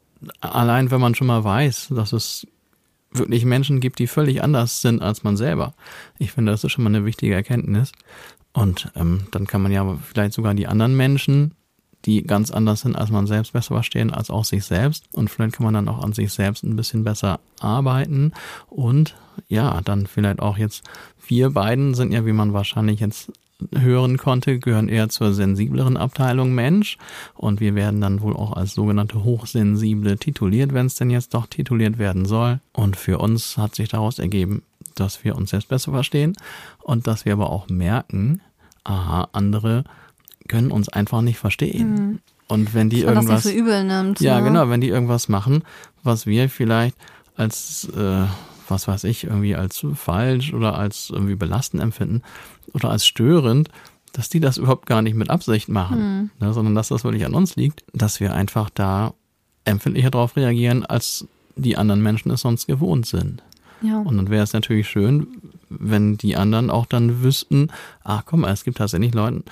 allein wenn man schon mal weiß, dass es wirklich Menschen gibt, die völlig anders sind als man selber. Ich finde, das ist schon mal eine wichtige Erkenntnis. Und dann kann man ja vielleicht sogar die anderen Menschen, die ganz anders sind als man selbst, besser verstehen als auch sich selbst. Und vielleicht kann man dann auch an sich selbst ein bisschen besser arbeiten. Und ja, dann vielleicht auch jetzt, wir beiden sind ja, wie man wahrscheinlich jetzt hören konnte, gehören eher zur sensibleren Abteilung Mensch. Und wir werden dann wohl auch als sogenannte Hochsensible tituliert, wenn es denn jetzt doch tituliert werden soll. Und für uns hat sich daraus ergeben, dass wir uns selbst besser verstehen und dass wir aber auch merken, andere können uns einfach nicht verstehen. Und wenn die irgendwas das nicht so übel nimmt. Ja, genau, wenn die irgendwas machen, was wir vielleicht als was weiß ich, irgendwie als falsch oder als irgendwie belastend empfinden oder als störend, dass die das überhaupt gar nicht mit Absicht machen, ne, sondern dass das wirklich an uns liegt, dass wir einfach da empfindlicher drauf reagieren, als die anderen Menschen es sonst gewohnt sind. Ja. Und dann wäre es natürlich schön, wenn die anderen auch dann wüssten, guck mal, es gibt tatsächlich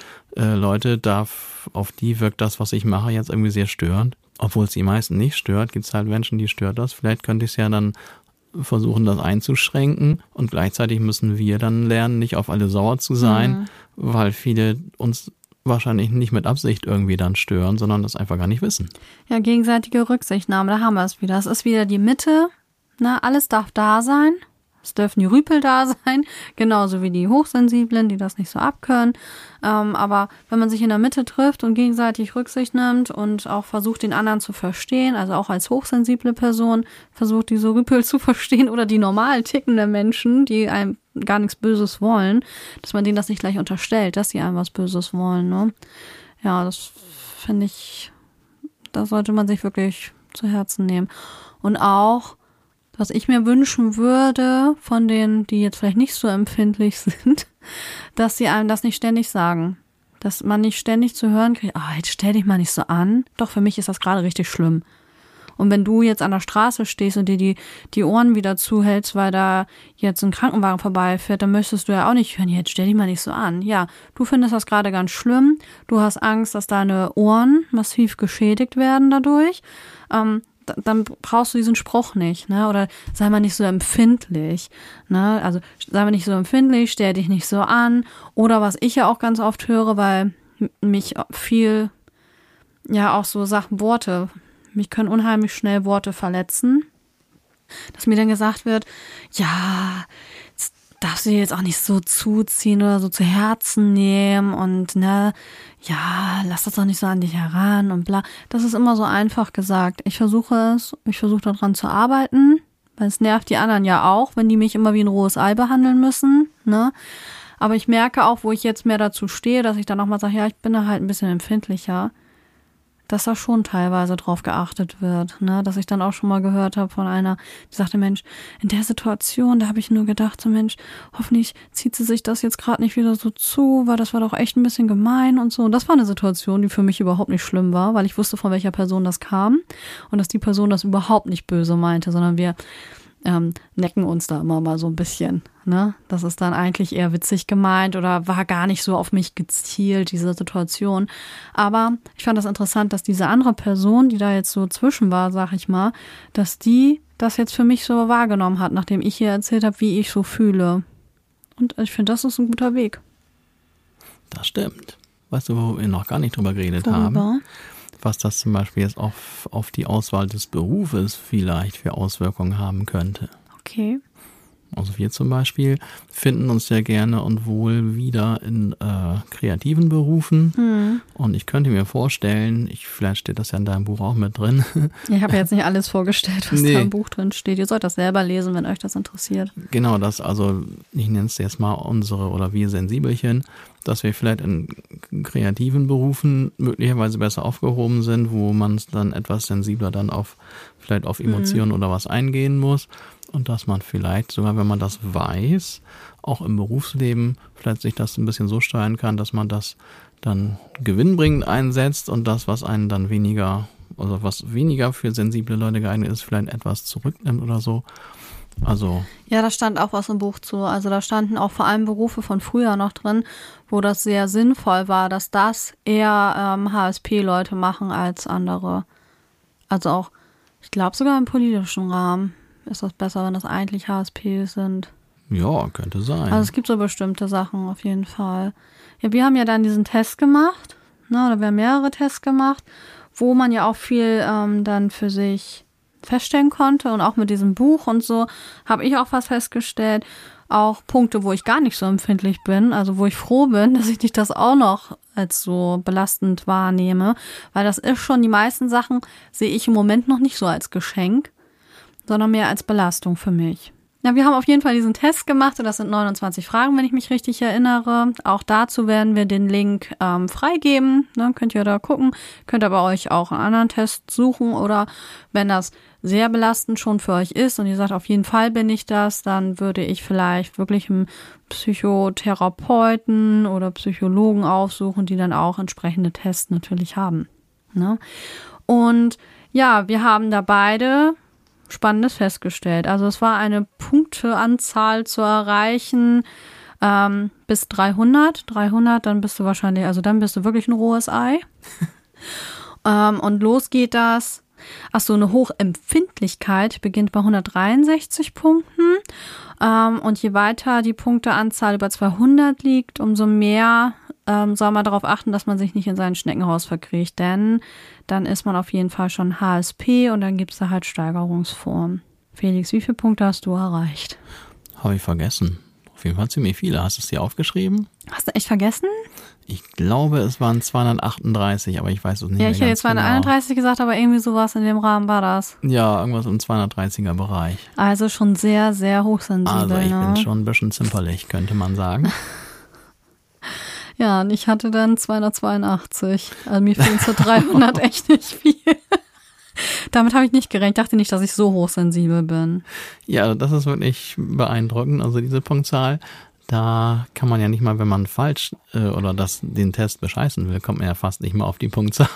Leute, auf die wirkt das, was ich mache, jetzt irgendwie sehr störend. Obwohl es die meisten nicht stört, gibt es halt Menschen, die stört das. Vielleicht könnte ich es ja dann versuchen, das einzuschränken. Und gleichzeitig müssen wir dann lernen, nicht auf alle sauer zu sein, weil viele uns wahrscheinlich nicht mit Absicht irgendwie dann stören, sondern das einfach gar nicht wissen. Ja, gegenseitige Rücksichtnahme, da haben wir es wieder. Es ist wieder die Mitte. Na, alles darf da sein. Es dürfen die Rüpel da sein, genauso wie die Hochsensiblen, die das nicht so abkönnen. Aber wenn man sich in der Mitte trifft und gegenseitig Rücksicht nimmt und auch versucht, den anderen zu verstehen, also auch als hochsensible Person versucht, diese Rüpel zu verstehen oder die normal tickenden Menschen, die einem gar nichts Böses wollen, dass man denen das nicht gleich unterstellt, dass sie einem was Böses wollen. Ne? Ja, das finde ich, da sollte man sich wirklich zu Herzen nehmen. Und auch, was ich mir wünschen würde von denen, die jetzt vielleicht nicht so empfindlich sind, dass sie einem das nicht ständig sagen. Dass man nicht ständig zu hören kriegt, jetzt stell dich mal nicht so an. Doch, für mich ist das gerade richtig schlimm. Und wenn du jetzt an der Straße stehst und dir die Ohren wieder zuhältst, weil da jetzt ein Krankenwagen vorbeifährt, dann möchtest du ja auch nicht hören, jetzt stell dich mal nicht so an. Ja, du findest das gerade ganz schlimm. Du hast Angst, dass deine Ohren massiv geschädigt werden dadurch. Dann brauchst du diesen Spruch nicht, ne? Oder sei mal nicht so empfindlich, ne? Also sei mal nicht so empfindlich, stell dich nicht so an. Oder was ich ja auch ganz oft höre, weil mich viel, ja auch so Sachen, mich können unheimlich schnell Worte verletzen, dass mir dann gesagt wird, ja, darfst du dir jetzt auch nicht so zuziehen oder so zu Herzen nehmen und ne, ja, lass das doch nicht so an dich heran und bla. Das ist immer so einfach gesagt. Ich versuche daran zu arbeiten, weil es nervt die anderen ja auch, wenn die mich immer wie ein rohes Ei behandeln müssen, ne. Aber ich merke auch, wo ich jetzt mehr dazu stehe, dass ich dann auch mal sage, ja, ich bin da halt ein bisschen empfindlicher, dass da schon teilweise drauf geachtet wird, ne, dass ich dann auch schon mal gehört habe von einer, die sagte, Mensch, in der Situation, da habe ich nur gedacht, so Mensch, hoffentlich zieht sie sich das jetzt gerade nicht wieder so zu, weil das war doch echt ein bisschen gemein und so. Und das war eine Situation, die für mich überhaupt nicht schlimm war, weil ich wusste, von welcher Person das kam und dass die Person das überhaupt nicht böse meinte, sondern wir necken uns da immer mal so ein bisschen, ne? Das ist dann eigentlich eher witzig gemeint oder war gar nicht so auf mich gezielt, diese Situation. Aber ich fand das interessant, dass diese andere Person, die da jetzt so zwischen war, sag ich mal, dass die das jetzt für mich so wahrgenommen hat, nachdem ich ihr erzählt habe, wie ich so fühle. Und ich finde, das ist ein guter Weg. Das stimmt. Weißt du, wo wir noch gar nicht drüber geredet haben? Was das zum Beispiel jetzt auf die Auswahl des Berufes vielleicht für Auswirkungen haben könnte. Okay. Also wir zum Beispiel finden uns sehr gerne und wohl wieder in kreativen Berufen. Und ich könnte mir vorstellen, vielleicht steht das ja in deinem Buch auch mit drin. Ich habe jetzt nicht alles vorgestellt, was da im Buch drin steht. Ihr sollt das selber lesen, wenn euch das interessiert. Genau, ich nenne es jetzt mal unsere oder wir Sensibelchen, dass wir vielleicht in kreativen Berufen möglicherweise besser aufgehoben sind, wo man dann etwas sensibler dann vielleicht auf Emotionen oder was eingehen muss. Und dass man vielleicht, sogar wenn man das weiß, auch im Berufsleben vielleicht sich das ein bisschen so steuern kann, dass man das dann gewinnbringend einsetzt und das, was einen dann was weniger für sensible Leute geeignet ist, vielleicht etwas zurücknimmt oder so. Also. Ja, da stand auch was im Buch zu. Also da standen auch vor allem Berufe von früher noch drin, wo das sehr sinnvoll war, dass das eher HSP-Leute machen als andere. Also auch, ich glaube sogar im politischen Rahmen ist das besser, wenn das eigentlich HSP sind. Ja, könnte sein. Also es gibt so bestimmte Sachen auf jeden Fall. Ja, wir haben ja dann diesen Test gemacht, ne, oder wir haben mehrere Tests gemacht, wo man ja auch viel dann für sich feststellen konnte und auch mit diesem Buch und so habe ich auch was festgestellt. Auch Punkte, wo ich gar nicht so empfindlich bin, also wo ich froh bin, dass ich nicht das auch noch als so belastend wahrnehme, weil das ist schon, die meisten Sachen sehe ich im Moment noch nicht so als Geschenk, sondern mehr als Belastung für mich. Ja, wir haben auf jeden Fall diesen Test gemacht und das sind 29 Fragen, wenn ich mich richtig erinnere. Auch dazu werden wir den Link freigeben. Ne, könnt ihr da gucken. Könnt aber euch auch einen anderen Test suchen oder wenn das sehr belastend schon für euch ist und ihr sagt, auf jeden Fall bin ich das, dann würde ich vielleicht wirklich einen Psychotherapeuten oder Psychologen aufsuchen, die dann auch entsprechende Tests natürlich haben. Ne? Und ja, wir haben da beide Spannendes festgestellt. Also es war eine Punkteanzahl zu erreichen bis 300. 300, dann bist du wirklich ein rohes Ei. Und los geht das. Eine Hochempfindlichkeit beginnt bei 163 Punkten. Und je weiter die Punkteanzahl über 200 liegt, umso mehr soll man darauf achten, dass man sich nicht in sein Schneckenhaus verkriecht, denn dann ist man auf jeden Fall schon HSP und dann gibt es da halt Steigerungsformen. Felix, wie viele Punkte hast du erreicht? Habe ich vergessen. Auf jeden Fall ziemlich viele. Hast du es dir aufgeschrieben? Hast du echt vergessen? Ich glaube, es waren 238, aber ich weiß es nicht mehr ganz genau. Ja, ich hätte 231 gesagt, aber irgendwie sowas in dem Rahmen war das. Ja, irgendwas im 230er Bereich. Also schon sehr, sehr hochsensibel. Also ich bin schon ein bisschen zimperlich, könnte man sagen. Ja, und ich hatte dann 282. Also mir fehlen zu 300 echt nicht viel. Damit habe ich nicht gerechnet. Ich dachte nicht, dass ich so hochsensibel bin. Ja, das ist wirklich beeindruckend. Also diese Punktzahl, da kann man ja nicht mal, wenn man falsch oder den Test bescheißen will, kommt man ja fast nicht mal auf die Punktzahl.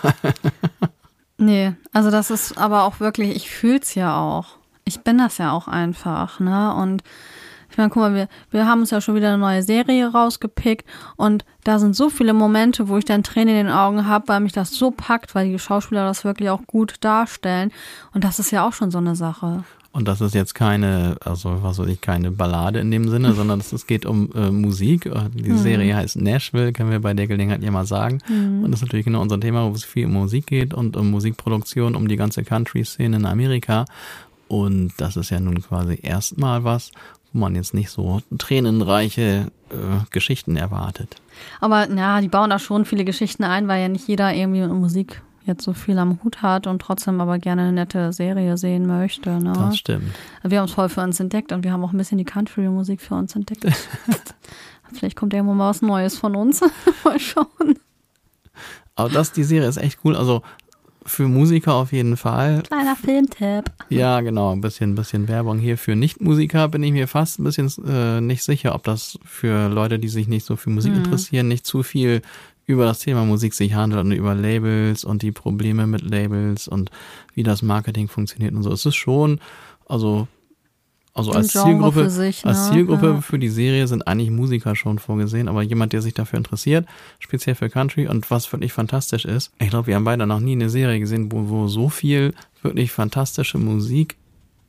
Nee, also das ist aber auch wirklich, ich fühle es ja auch. Ich bin das ja auch einfach, ne? Und ich meine, guck mal, wir haben uns ja schon wieder eine neue Serie rausgepickt und da sind so viele Momente, wo ich dann Tränen in den Augen habe, weil mich das so packt, weil die Schauspieler das wirklich auch gut darstellen und das ist ja auch schon so eine Sache. Und das ist jetzt keine Ballade in dem Sinne, sondern es geht um Musik. Die Serie heißt Nashville, können wir bei der Gelegenheit ja mal sagen. Und das ist natürlich genau unser Thema, wo es viel um Musik geht und um Musikproduktion, um die ganze Country-Szene in Amerika. Und das ist ja nun quasi erstmal was, wo man jetzt nicht so tränenreiche Geschichten erwartet. Aber ja, die bauen da schon viele Geschichten ein, weil ja nicht jeder irgendwie mit Musik jetzt so viel am Hut hat und trotzdem aber gerne eine nette Serie sehen möchte. Ne? Das stimmt. Wir haben es voll für uns entdeckt und wir haben auch ein bisschen die Country-Musik für uns entdeckt. Vielleicht kommt irgendwo mal was Neues von uns. Mal schauen. Aber die Serie ist echt cool. Also für Musiker auf jeden Fall. Kleiner Filmtipp. Ja, genau. Ein bisschen Werbung hier. Für Nicht-Musiker bin ich mir fast ein bisschen nicht sicher, ob das für Leute, die sich nicht so für Musik interessieren, nicht zu viel über das Thema Musik sich handelt und über Labels und die Probleme mit Labels und wie das Marketing funktioniert und so. Es ist schon, also als Zielgruppe, für sich, ne? Als Zielgruppe für die Serie sind eigentlich Musiker schon vorgesehen, aber jemand, der sich dafür interessiert, speziell für Country und was wirklich fantastisch ist, ich glaube, wir haben beide noch nie eine Serie gesehen, wo so viel wirklich fantastische Musik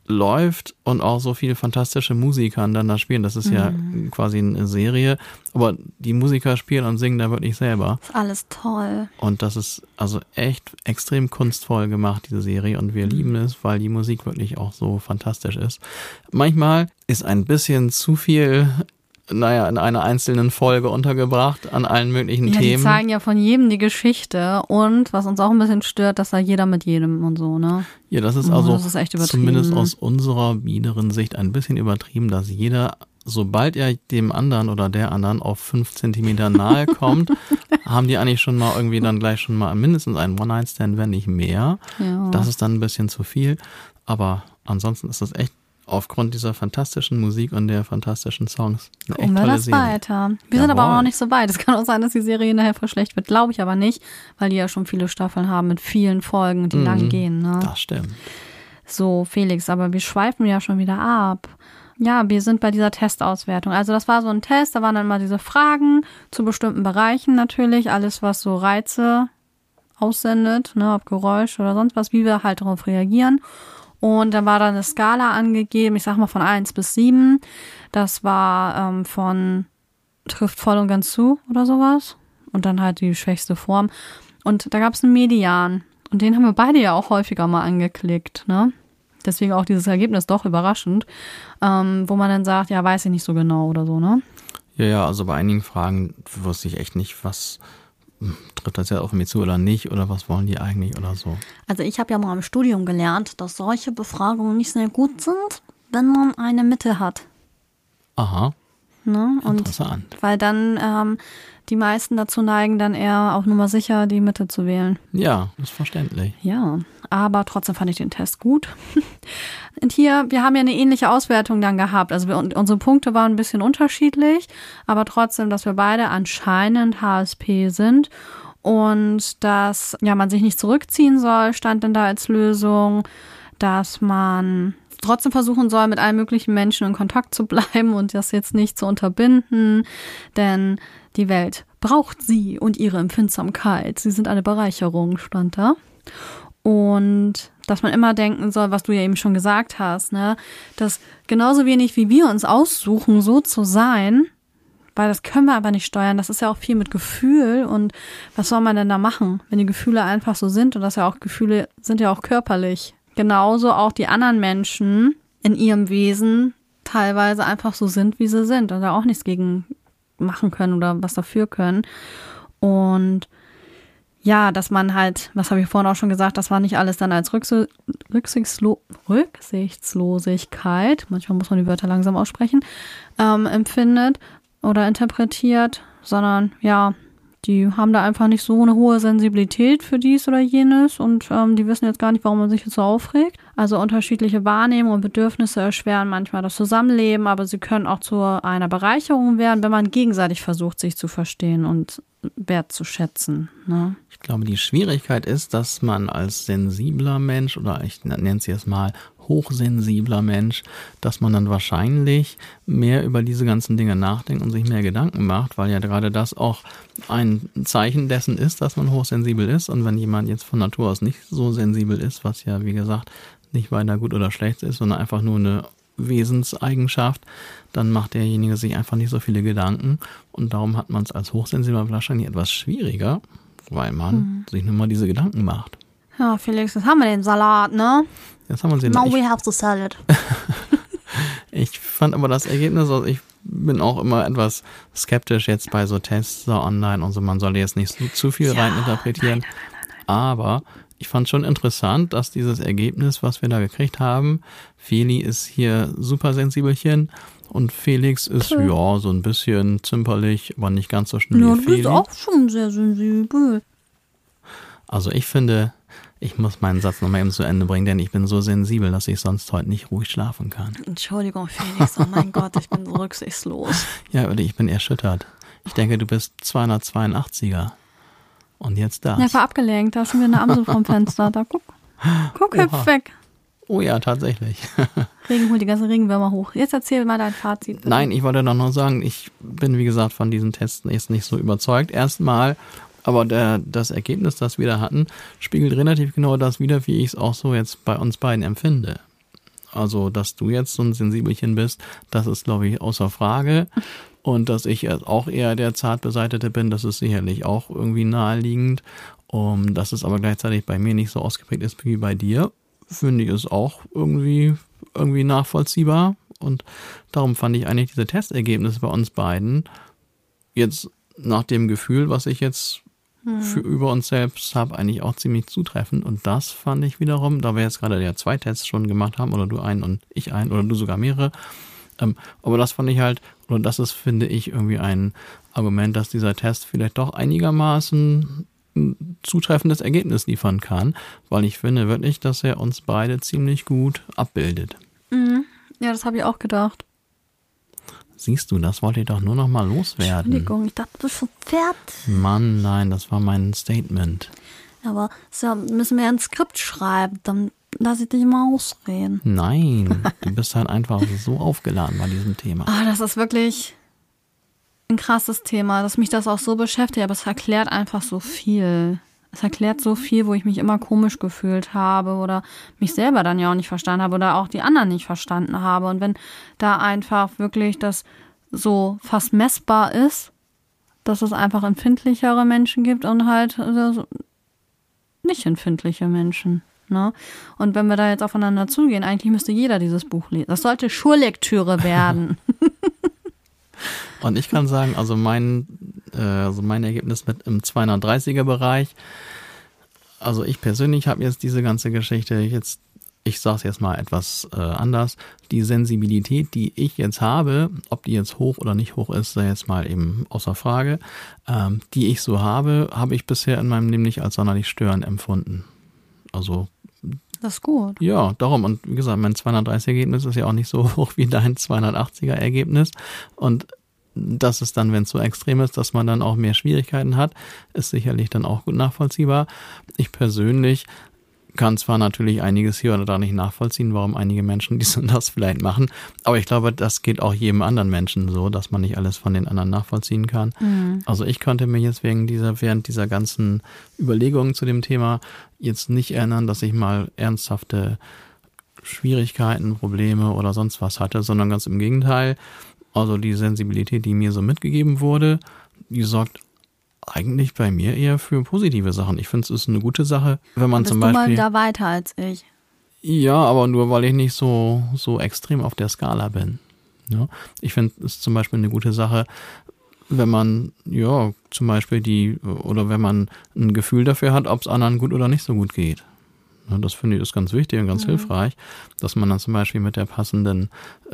läuft und auch so viele fantastische Musiker dann da spielen. Das ist ja quasi eine Serie, aber die Musiker spielen und singen da wirklich selber. Das ist alles toll. Und das ist also echt extrem kunstvoll gemacht, diese Serie. Und wir lieben es, weil die Musik wirklich auch so fantastisch ist. Manchmal ist ein bisschen zu viel, in einer einzelnen Folge untergebracht an allen möglichen Themen. Die zeigen ja von jedem die Geschichte und was uns auch ein bisschen stört, dass da jeder mit jedem und so, ne? Ja, das ist also das ist echt übertrieben. Zumindest aus unserer biederen Sicht ein bisschen übertrieben, dass jeder, sobald er dem anderen oder der anderen auf 5 Zentimeter nahe kommt, haben die eigentlich schon mal irgendwie dann gleich schon mal mindestens einen One-Night-Stand, wenn nicht mehr. Ja. Das ist dann ein bisschen zu viel, aber ansonsten ist das echt aufgrund dieser fantastischen Musik und der fantastischen Songs eine echt tolle Serie. Weiter. Wir sind aber auch noch nicht so weit. Es kann auch sein, dass die Serie nachher voll schlecht wird. Glaube ich aber nicht, weil die ja schon viele Staffeln haben mit vielen Folgen, die lang gehen. Ne? Das stimmt. So, Felix, aber wir schweifen ja schon wieder ab. Ja, wir sind bei dieser Testauswertung. Also das war so ein Test, da waren dann mal diese Fragen zu bestimmten Bereichen natürlich. Alles, was so Reize aussendet, ne, ob Geräusch oder sonst was, wie wir halt darauf reagieren. Und dann war da eine Skala angegeben, ich sag mal von 1 bis 7. Das war von trifft voll und ganz zu oder sowas. Und dann halt die schwächste Form. Und da gab es einen Median. Und den haben wir beide ja auch häufiger mal angeklickt, ne? Deswegen auch dieses Ergebnis doch überraschend. Wo man dann sagt, ja, weiß ich nicht so genau oder so, ne? Ja, also bei einigen Fragen wusste ich echt nicht, was trifft das ja auf mich zu oder nicht oder was wollen die eigentlich oder so. Also ich habe ja mal im Studium gelernt, dass solche Befragungen nicht sehr gut sind, wenn man eine Mitte hat. Aha. Ne? Und interessant. Weil dann die meisten dazu neigen, dann eher auf Nummer sicher die Mitte zu wählen. Ja, ist verständlich. Ja, aber trotzdem fand ich den Test gut. Und hier, wir haben ja eine ähnliche Auswertung dann gehabt. Also unsere Punkte waren ein bisschen unterschiedlich, aber trotzdem, dass wir beide anscheinend HSP sind und dass ja man sich nicht zurückziehen soll, stand dann da als Lösung, dass man trotzdem versuchen soll, mit allen möglichen Menschen in Kontakt zu bleiben und das jetzt nicht zu unterbinden, denn die Welt braucht sie und ihre Empfindsamkeit. Sie sind eine Bereicherung, stand da. Und dass man immer denken soll, was du ja eben schon gesagt hast, ne, dass genauso wenig wie wir uns aussuchen, so zu sein, weil das können wir aber nicht steuern, das ist ja auch viel mit Gefühl und was soll man denn da machen, wenn die Gefühle einfach so sind und das ja auch Gefühle sind ja auch körperlich. Genauso auch die anderen Menschen in ihrem Wesen teilweise einfach so sind, wie sie sind und da auch nichts gegen machen können oder was dafür können. Und ja, dass man halt, was habe ich vorhin auch schon gesagt, das war nicht alles dann als Rücksichtslosigkeit, manchmal muss man die Wörter langsam aussprechen, empfindet oder interpretiert, sondern ja, die haben da einfach nicht so eine hohe Sensibilität für dies oder jenes und die wissen jetzt gar nicht, warum man sich jetzt so aufregt. Also unterschiedliche Wahrnehmungen und Bedürfnisse erschweren manchmal das Zusammenleben, aber sie können auch zu einer Bereicherung werden, wenn man gegenseitig versucht, sich zu verstehen und wertzuschätzen. Ne? Ich glaube, die Schwierigkeit ist, dass man als sensibler Mensch oder ich nenne es jetzt mal hochsensibler Mensch, dass man dann wahrscheinlich mehr über diese ganzen Dinge nachdenkt und sich mehr Gedanken macht, weil ja gerade das auch ein Zeichen dessen ist, dass man hochsensibel ist. Und wenn jemand jetzt von Natur aus nicht so sensibel ist, was ja wie gesagt nicht weiter gut oder schlecht ist, sondern einfach nur eine Wesenseigenschaft, dann macht derjenige sich einfach nicht so viele Gedanken und darum hat man es als Hochsensibler wahrscheinlich etwas schwieriger, weil man sich nur mal diese Gedanken macht. Ja, Felix, jetzt haben wir den Salat, ne? Jetzt haben wir den. Now we have the salad. Ich fand aber das Ergebnis, also ich bin auch immer etwas skeptisch jetzt bei so Tests so online und so, man soll jetzt nicht zu viel reininterpretieren, nein. Aber ich fand schon interessant, dass dieses Ergebnis, was wir da gekriegt haben, Feli ist hier super sensibelchen und Felix ist ja so ein bisschen zimperlich, aber nicht ganz so schnell wie Feli. Ja, du bist auch schon sehr sensibel. Also ich finde, ich muss meinen Satz nochmal eben zu Ende bringen, denn ich bin so sensibel, dass ich sonst heute nicht ruhig schlafen kann. Entschuldigung, Felix, oh mein Gott, ich bin so rücksichtslos. Ja, ich bin erschüttert. Ich denke, du bist 282er. Und jetzt das. Ja, war abgelenkt, da ist schon wieder eine Amsel vom Fenster. Da guck, hüpf weg. Oh ja, tatsächlich. Regen holt die ganzen Regenwürmer hoch. Jetzt erzähl mal dein Fazit. Bitte. Nein, ich wollte doch noch sagen, ich bin, wie gesagt, von diesen Tests jetzt nicht so überzeugt. Erstmal, aber das Ergebnis, das wir da hatten, spiegelt relativ genau das wider, wie ich es auch so jetzt bei uns beiden empfinde. Also, dass du jetzt so ein Sensibelchen bist, das ist, glaube ich, außer Frage. Und dass ich auch eher der Zartbeseitete bin, das ist sicherlich auch irgendwie naheliegend. Dass es aber gleichzeitig bei mir nicht so ausgeprägt ist wie bei dir, finde ich es auch irgendwie nachvollziehbar. Und darum fand ich eigentlich diese Testergebnisse bei uns beiden jetzt nach dem Gefühl, was ich jetzt über uns selbst habe, eigentlich auch ziemlich zutreffend. Und das fand ich wiederum, da wir jetzt gerade ja 2 Tests schon gemacht haben, oder du einen und ich einen, oder du sogar mehrere. Aber das fand ich halt, oder das ist, finde ich, irgendwie ein Argument, dass dieser Test vielleicht doch einigermaßen ein zutreffendes Ergebnis liefern kann, weil ich finde wirklich, dass er uns beide ziemlich gut abbildet. Mhm. Ja, das habe ich auch gedacht. Siehst du, das wollte ich doch nur noch mal loswerden. Entschuldigung, ich dachte, du bist schon fertig. Mann, nein, das war mein Statement. Aber so müssen wir ein Skript schreiben, dann lass ich dich mal ausreden. Nein, du bist halt einfach so aufgeladen bei diesem Thema. Das ist wirklich ein krasses Thema, dass mich das auch so beschäftigt, aber es erklärt einfach so viel. Es erklärt so viel, wo ich mich immer komisch gefühlt habe oder mich selber dann ja auch nicht verstanden habe oder auch die anderen nicht verstanden habe. Und wenn da einfach wirklich das so fast messbar ist, dass es einfach empfindlichere Menschen gibt und halt nicht empfindliche Menschen. Ne? Und wenn wir da jetzt aufeinander zugehen, eigentlich müsste jeder dieses Buch lesen. Das sollte Schullektüre werden. Und ich kann sagen, also mein Ergebnis mit im 230er Bereich, also ich persönlich habe jetzt diese ganze Geschichte ich sage es jetzt mal etwas anders, die Sensibilität, die ich jetzt habe, ob die jetzt hoch oder nicht hoch ist, sei jetzt mal eben außer Frage, die ich so habe ich bisher in meinem Leben nicht als sonderlich störend empfunden. Also das ist gut. Ja, darum. Und wie gesagt, mein 230er-Ergebnis ist ja auch nicht so hoch wie dein 280er-Ergebnis. Und dass es dann, wenn es so extrem ist, dass man dann auch mehr Schwierigkeiten hat, ist sicherlich dann auch gut nachvollziehbar. Ich persönlich kann zwar natürlich einiges hier oder da nicht nachvollziehen, warum einige Menschen dies und das vielleicht machen, aber ich glaube, das geht auch jedem anderen Menschen so, dass man nicht alles von den anderen nachvollziehen kann. Mhm. Also ich konnte mir jetzt während dieser ganzen Überlegungen zu dem Thema jetzt nicht erinnern, dass ich mal ernsthafte Schwierigkeiten, Probleme oder sonst was hatte, sondern ganz im Gegenteil. Also die Sensibilität, die mir so mitgegeben wurde, die sorgt eigentlich bei mir eher für positive Sachen. Ich finde, es ist eine gute Sache, wenn man zum Beispiel... Bist du mal da weiter als ich? Ja, aber nur, weil ich nicht so extrem auf der Skala bin. Ja? Ich finde, es ist zum Beispiel eine gute Sache, wenn man, ja, zum Beispiel wenn man ein Gefühl dafür hat, ob es anderen gut oder nicht so gut geht. Ja, das finde ich ist ganz wichtig und ganz hilfreich, dass man dann zum Beispiel mit der passenden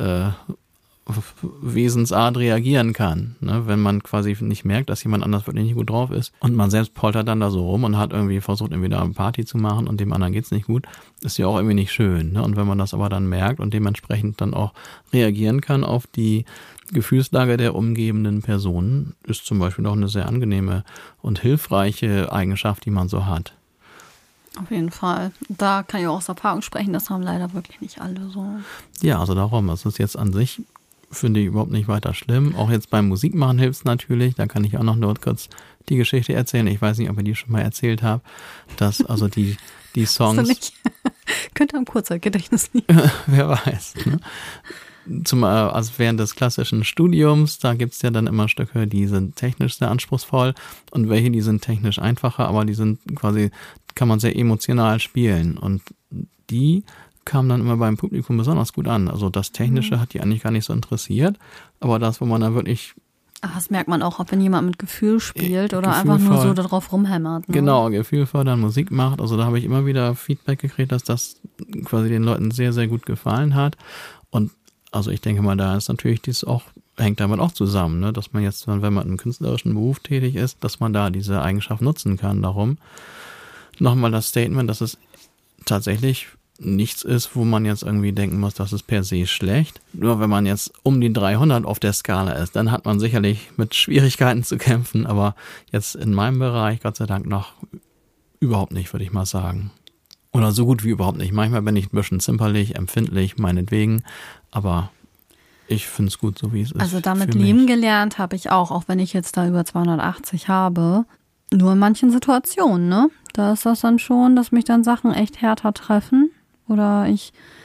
Wesensart reagieren kann, ne? Wenn man quasi nicht merkt, dass jemand anders wirklich nicht gut drauf ist und man selbst poltert dann da so rum und hat irgendwie versucht, entweder eine Party zu machen und dem anderen geht's nicht gut, ist ja auch irgendwie nicht schön, ne? Und wenn man das aber dann merkt und dementsprechend dann auch reagieren kann auf die Gefühlslage der umgebenden Personen, ist zum Beispiel auch eine sehr angenehme und hilfreiche Eigenschaft, die man so hat. Auf jeden Fall. Da kann ich auch aus Erfahrung sprechen, das haben leider wirklich nicht alle so. Ja, also darum, es ist jetzt an sich, finde ich überhaupt nicht weiter schlimm. Auch jetzt beim Musikmachen hilft es natürlich. Da kann ich auch noch nur kurz die Geschichte erzählen. Ich weiß nicht, ob ich die schon mal erzählt habe, dass also die Songs... Also nicht. Könnte am Kurzzeitgedächtnis liegen. Wer weiß. Ne? Also während des klassischen Studiums, da gibt's ja dann immer Stücke, die sind technisch sehr anspruchsvoll und welche, die sind technisch einfacher, aber die sind quasi, kann man sehr emotional spielen. Und die kam dann immer beim Publikum besonders gut an. Also das Technische hat die eigentlich gar nicht so interessiert, aber das, wo man dann wirklich... Ach, das merkt man auch, ob wenn jemand mit Gefühl spielt oder einfach nur so darauf rumhämmert. Ne? Genau, gefühlvoll Musik macht. Also da habe ich immer wieder Feedback gekriegt, dass das quasi den Leuten sehr, sehr gut gefallen hat. Und also ich denke mal, da ist natürlich hängt damit auch zusammen, ne? Dass man jetzt, wenn man im künstlerischen Beruf tätig ist, dass man da diese Eigenschaft nutzen kann. Darum nochmal das Statement, dass es tatsächlich nichts ist, wo man jetzt irgendwie denken muss, das ist per se schlecht. Nur wenn man jetzt um die 300 auf der Skala ist, dann hat man sicherlich mit Schwierigkeiten zu kämpfen, aber jetzt in meinem Bereich, Gott sei Dank, noch überhaupt nicht, würde ich mal sagen. Oder so gut wie überhaupt nicht. Manchmal bin ich ein bisschen zimperlich, empfindlich, meinetwegen, aber ich finde es gut, so wie es ist. Also damit leben gelernt habe ich auch wenn ich jetzt da über 280 habe. Nur in manchen Situationen, ne? Da ist das dann schon, dass mich dann Sachen echt härter treffen. Oder ich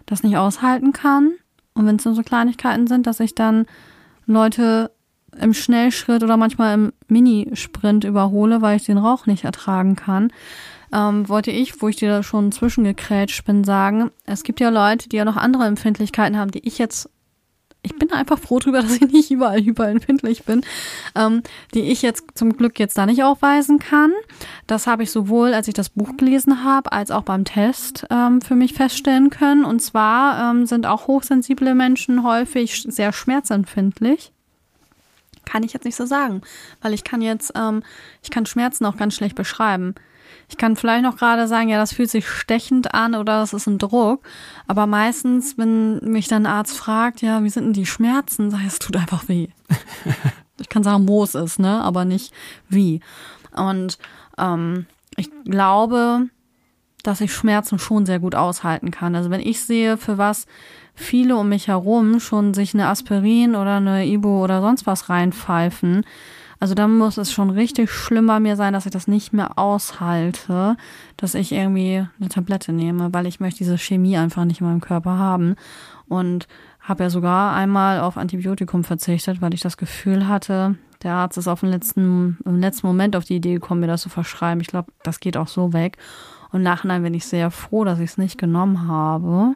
das nicht aushalten kann. Und wenn es nur so Kleinigkeiten sind, dass ich dann Leute im Schnellschritt oder manchmal im Minisprint überhole, weil ich den Rauch nicht ertragen kann, wollte ich, wo ich dir da schon zwischengekrätscht bin, sagen, es gibt ja Leute, die ja noch andere Empfindlichkeiten haben, die ich bin einfach froh drüber, dass ich nicht überall hyperempfindlich bin, die ich jetzt zum Glück jetzt da nicht aufweisen kann. Das habe ich sowohl, als ich das Buch gelesen habe, als auch beim Test für mich feststellen können. Und zwar sind auch hochsensible Menschen häufig sehr schmerzempfindlich. Kann ich jetzt nicht so sagen, weil ich kann Schmerzen auch ganz schlecht beschreiben. Ich kann vielleicht noch gerade sagen, ja, das fühlt sich stechend an oder das ist ein Druck. Aber meistens, wenn mich dann ein Arzt fragt, ja, wie sind denn die Schmerzen, sag ich, es tut einfach weh. Ich kann sagen, wo es ist, ne, aber nicht wie. Und ich glaube, dass ich Schmerzen schon sehr gut aushalten kann. Also wenn ich sehe, für was viele um mich herum schon sich eine Aspirin oder eine Ibo oder sonst was reinpfeifen, also dann muss es schon richtig schlimm bei mir sein, dass ich das nicht mehr aushalte, dass ich irgendwie eine Tablette nehme, weil ich möchte diese Chemie einfach nicht in meinem Körper haben. Und habe ja sogar einmal auf Antibiotikum verzichtet, weil ich das Gefühl hatte, der Arzt ist im letzten Moment auf die Idee gekommen, mir das zu verschreiben. Ich glaube, das geht auch so weg. Und im Nachhinein bin ich sehr froh, dass ich es nicht genommen habe.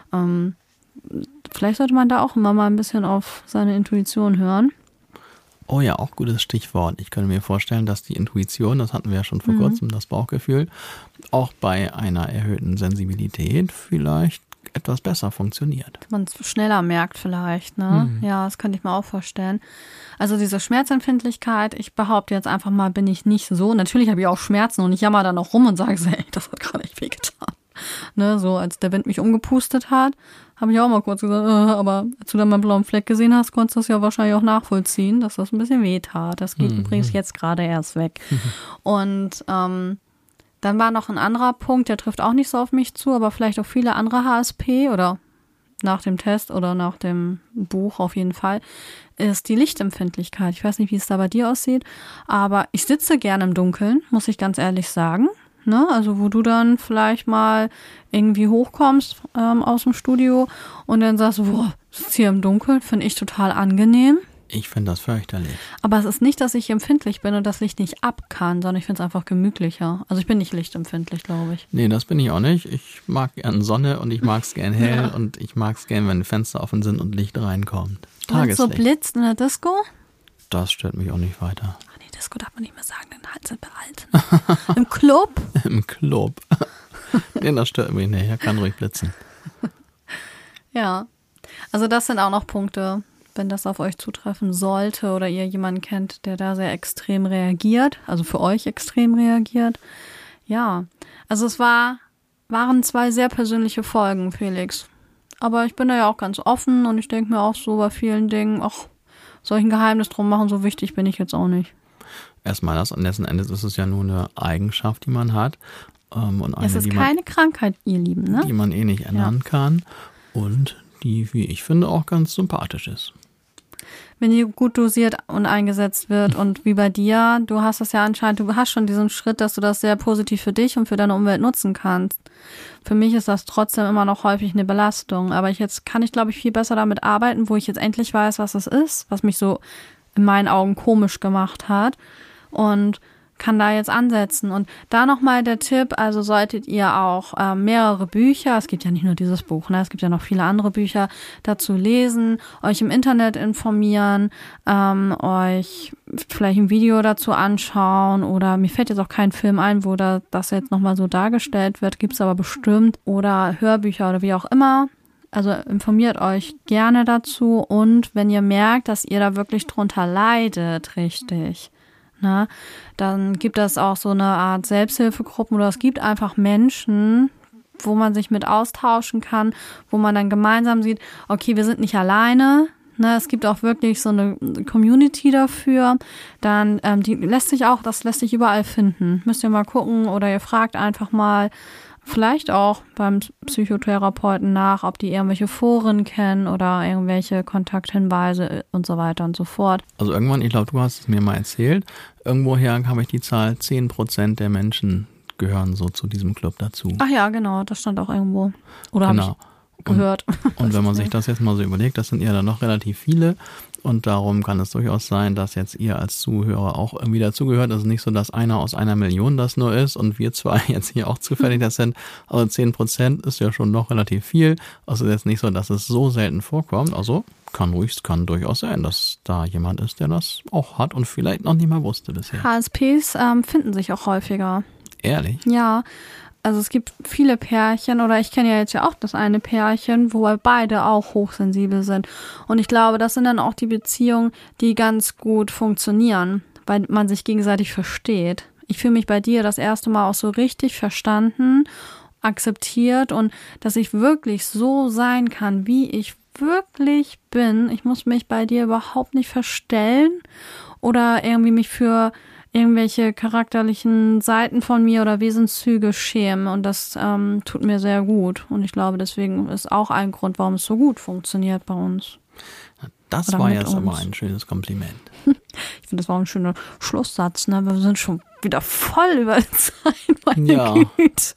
Vielleicht sollte man da auch immer mal ein bisschen auf seine Intuition hören. Oh ja, auch gutes Stichwort. Ich könnte mir vorstellen, dass die Intuition, das hatten wir ja schon vor kurzem, das Bauchgefühl, auch bei einer erhöhten Sensibilität vielleicht etwas besser funktioniert. Man es schneller merkt vielleicht, ne? Ja, das könnte ich mir auch vorstellen. Also diese Schmerzempfindlichkeit, ich behaupte jetzt einfach mal, bin ich nicht so. Natürlich habe ich auch Schmerzen und ich jammer dann auch rum und sage, ey, das hat gerade echt wehgetan. Ne, so als der Wind mich umgepustet hat, habe ich auch mal kurz gesagt, aber als du dann meinen blauen Fleck gesehen hast, konntest du das ja wahrscheinlich auch nachvollziehen, dass das ein bisschen weh tat. Das geht übrigens jetzt gerade erst weg. Und dann war noch ein anderer Punkt, der trifft auch nicht so auf mich zu, aber vielleicht auch viele andere HSP oder nach dem Test oder nach dem Buch auf jeden Fall, ist die Lichtempfindlichkeit. Ich weiß nicht, wie es da bei dir aussieht, aber ich sitze gerne im Dunkeln, muss ich ganz ehrlich sagen. Ne? Also wo du dann vielleicht mal irgendwie hochkommst aus dem Studio und dann sagst, boah, sitzt hier im Dunkeln, finde ich total angenehm. Ich finde das fürchterlich. Aber es ist nicht, dass ich empfindlich bin und das Licht nicht ab kann, sondern ich finde es einfach gemütlicher. Also ich bin nicht lichtempfindlich, glaube ich. Nee, das bin ich auch nicht. Ich mag gern Sonne und ich mag es gern hell und ich mag es gern, wenn Fenster offen sind und Licht reinkommt. Und so blitzt in der Disco? Das stört mich auch nicht weiter. Ach nee, Disco darf man nicht mehr sagen, den Hals sind behalten. Im Club? Im Club. Nee, das stört mich nicht. Er kann ruhig blitzen. Ja, also das sind auch noch Punkte, wenn das auf euch zutreffen sollte oder ihr jemanden kennt, der da sehr extrem reagiert, also für euch extrem reagiert. Ja, also es waren 2 sehr persönliche Folgen, Felix. Aber ich bin da ja auch ganz offen und ich denke mir auch so bei vielen Dingen, ach, soll ich ein Geheimnis drum machen, so wichtig bin ich jetzt auch nicht. Erstmal das, und letzten Endes ist es ja nur eine Eigenschaft, die man hat. Und eine, es ist keine Krankheit, ihr Lieben, ne? Die man nicht ändern kann und die, wie ich finde, auch ganz sympathisch ist. Wenn die gut dosiert und eingesetzt wird und wie bei dir, du hast das ja anscheinend, du hast schon diesen Schritt, dass du das sehr positiv für dich und für deine Umwelt nutzen kannst. Für mich ist das trotzdem immer noch häufig eine Belastung, aber jetzt kann ich, glaube ich, viel besser damit arbeiten, wo ich jetzt endlich weiß, was es ist, was mich so in meinen Augen komisch gemacht hat und kann da jetzt ansetzen. Und da nochmal der Tipp, also solltet ihr auch mehrere Bücher, es gibt ja nicht nur dieses Buch, ne, es gibt ja noch viele andere Bücher, dazu lesen, euch im Internet informieren, euch vielleicht ein Video dazu anschauen oder mir fällt jetzt auch kein Film ein, wo das jetzt nochmal so dargestellt wird, gibt's aber bestimmt, oder Hörbücher oder wie auch immer. Also informiert euch gerne dazu und wenn ihr merkt, dass ihr da wirklich drunter leidet, richtig, na, dann gibt es auch so eine Art Selbsthilfegruppen oder es gibt einfach Menschen, wo man sich mit austauschen kann, wo man dann gemeinsam sieht, okay, wir sind nicht alleine, ne, es gibt auch wirklich so eine Community dafür, dann das lässt sich überall finden. Müsst ihr mal gucken oder ihr fragt einfach mal, vielleicht auch beim Psychotherapeuten nach, ob die irgendwelche Foren kennen oder irgendwelche Kontakthinweise und so weiter und so fort. Also irgendwann, ich glaube, du hast es mir mal erzählt, irgendwoher habe ich die Zahl, 10% der Menschen gehören so zu diesem Club dazu. Ach ja, genau, das stand auch irgendwo. Oder genau. gehört. Und wenn man sich das jetzt mal so überlegt, das sind ja dann noch relativ viele und darum kann es durchaus sein, dass jetzt ihr als Zuhörer auch irgendwie dazugehört. Also nicht so, dass einer aus 1 Million das nur ist und wir zwei jetzt hier auch zufällig das sind. Also 10% ist ja schon noch relativ viel. Also jetzt nicht so, dass es so selten vorkommt. Also kann durchaus sein, dass da jemand ist, der das auch hat und vielleicht noch nicht mal wusste bisher. HSPs finden sich auch häufiger. Ehrlich? Ja, also es gibt viele Pärchen oder ich kenne ja jetzt ja auch das eine Pärchen, wo beide auch hochsensibel sind. Und ich glaube, das sind dann auch die Beziehungen, die ganz gut funktionieren, weil man sich gegenseitig versteht. Ich fühle mich bei dir das erste Mal auch so richtig verstanden, akzeptiert und dass ich wirklich so sein kann, wie ich wirklich bin. Ich muss mich bei dir überhaupt nicht verstellen oder irgendwie mich für irgendwelche charakterlichen Seiten von mir oder Wesenszüge schämen und das tut mir sehr gut und ich glaube, deswegen ist auch ein Grund, warum es so gut funktioniert bei uns. Das oder war jetzt aber ein schönes Kompliment. Ich finde, das war ein schöner Schlusssatz, ne? Wir sind schon wieder voll über die Zeit, meine Güte.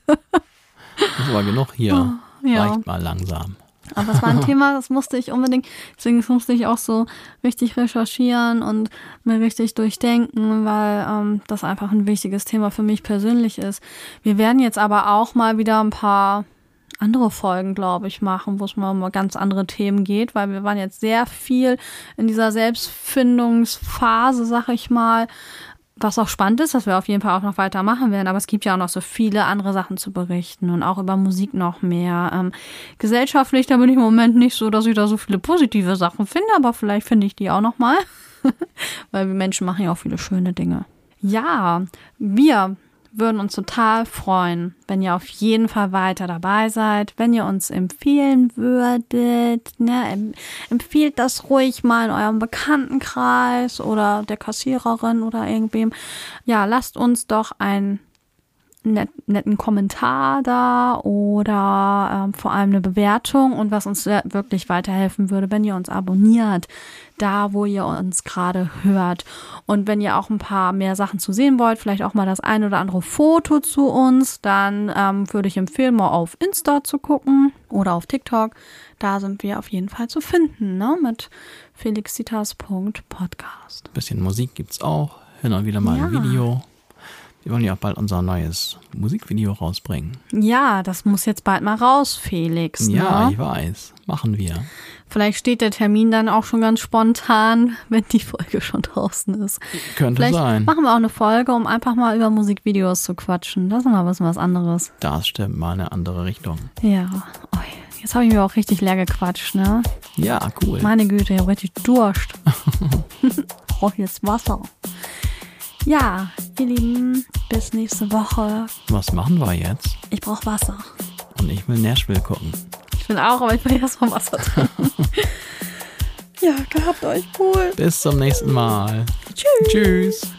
Das war genug hier. Ja. Reicht mal langsam. Aber es war ein Thema, das musste ich unbedingt, deswegen musste ich auch so richtig recherchieren und mir richtig durchdenken, weil das einfach ein wichtiges Thema für mich persönlich ist. Wir werden jetzt aber auch mal wieder ein paar andere Folgen, glaube ich, machen, wo es mal um ganz andere Themen geht, weil wir waren jetzt sehr viel in dieser Selbstfindungsphase, sag ich mal, was auch spannend ist, dass wir auf jeden Fall auch noch weitermachen werden, aber es gibt ja auch noch so viele andere Sachen zu berichten und auch über Musik noch mehr. Gesellschaftlich, da bin ich im Moment nicht so, dass ich da so viele positive Sachen finde, aber vielleicht finde ich die auch noch mal, weil wir Menschen machen ja auch viele schöne Dinge. Ja, wir würden uns total freuen, wenn ihr auf jeden Fall weiter dabei seid, wenn ihr uns empfehlen würdet. Ne? Empfiehlt das ruhig mal in eurem Bekanntenkreis oder der Kassiererin oder irgendwem. Ja, lasst uns doch einen netten Kommentar da oder vor allem eine Bewertung und was uns wirklich weiterhelfen würde, wenn ihr uns abonniert, da wo ihr uns gerade hört und wenn ihr auch ein paar mehr Sachen zu sehen wollt, vielleicht auch mal das ein oder andere Foto zu uns, dann würde ich empfehlen, mal auf Insta zu gucken oder auf TikTok, da sind wir auf jeden Fall zu finden, ne? Mit felixitas.podcast. Bisschen Musik gibt's auch, hin und wieder mal ein Video. Wir wollen ja auch bald unser neues Musikvideo rausbringen. Ja, das muss jetzt bald mal raus, Felix. Ne? Ja, ich weiß. Machen wir. Vielleicht steht der Termin dann auch schon ganz spontan, wenn die Folge schon draußen ist. Könnte Vielleicht sein. Machen wir auch eine Folge, um einfach mal über Musikvideos zu quatschen. Das ist mal was anderes. Das stimmt, mal eine andere Richtung. Ja. Oh, jetzt habe ich mir auch richtig leer gequatscht, ne? Ja, cool. Meine Güte, ich habe richtig Durst. Ich brauche jetzt Wasser. Ja, ihr Lieben, bis nächste Woche. Was machen wir jetzt? Ich brauche Wasser. Und ich will Nashville gucken. Ich will auch, aber ich will erst mal Wasser trinken. Ja, gehabt euch wohl. Bis zum nächsten Mal. Tschüss. Tschüss.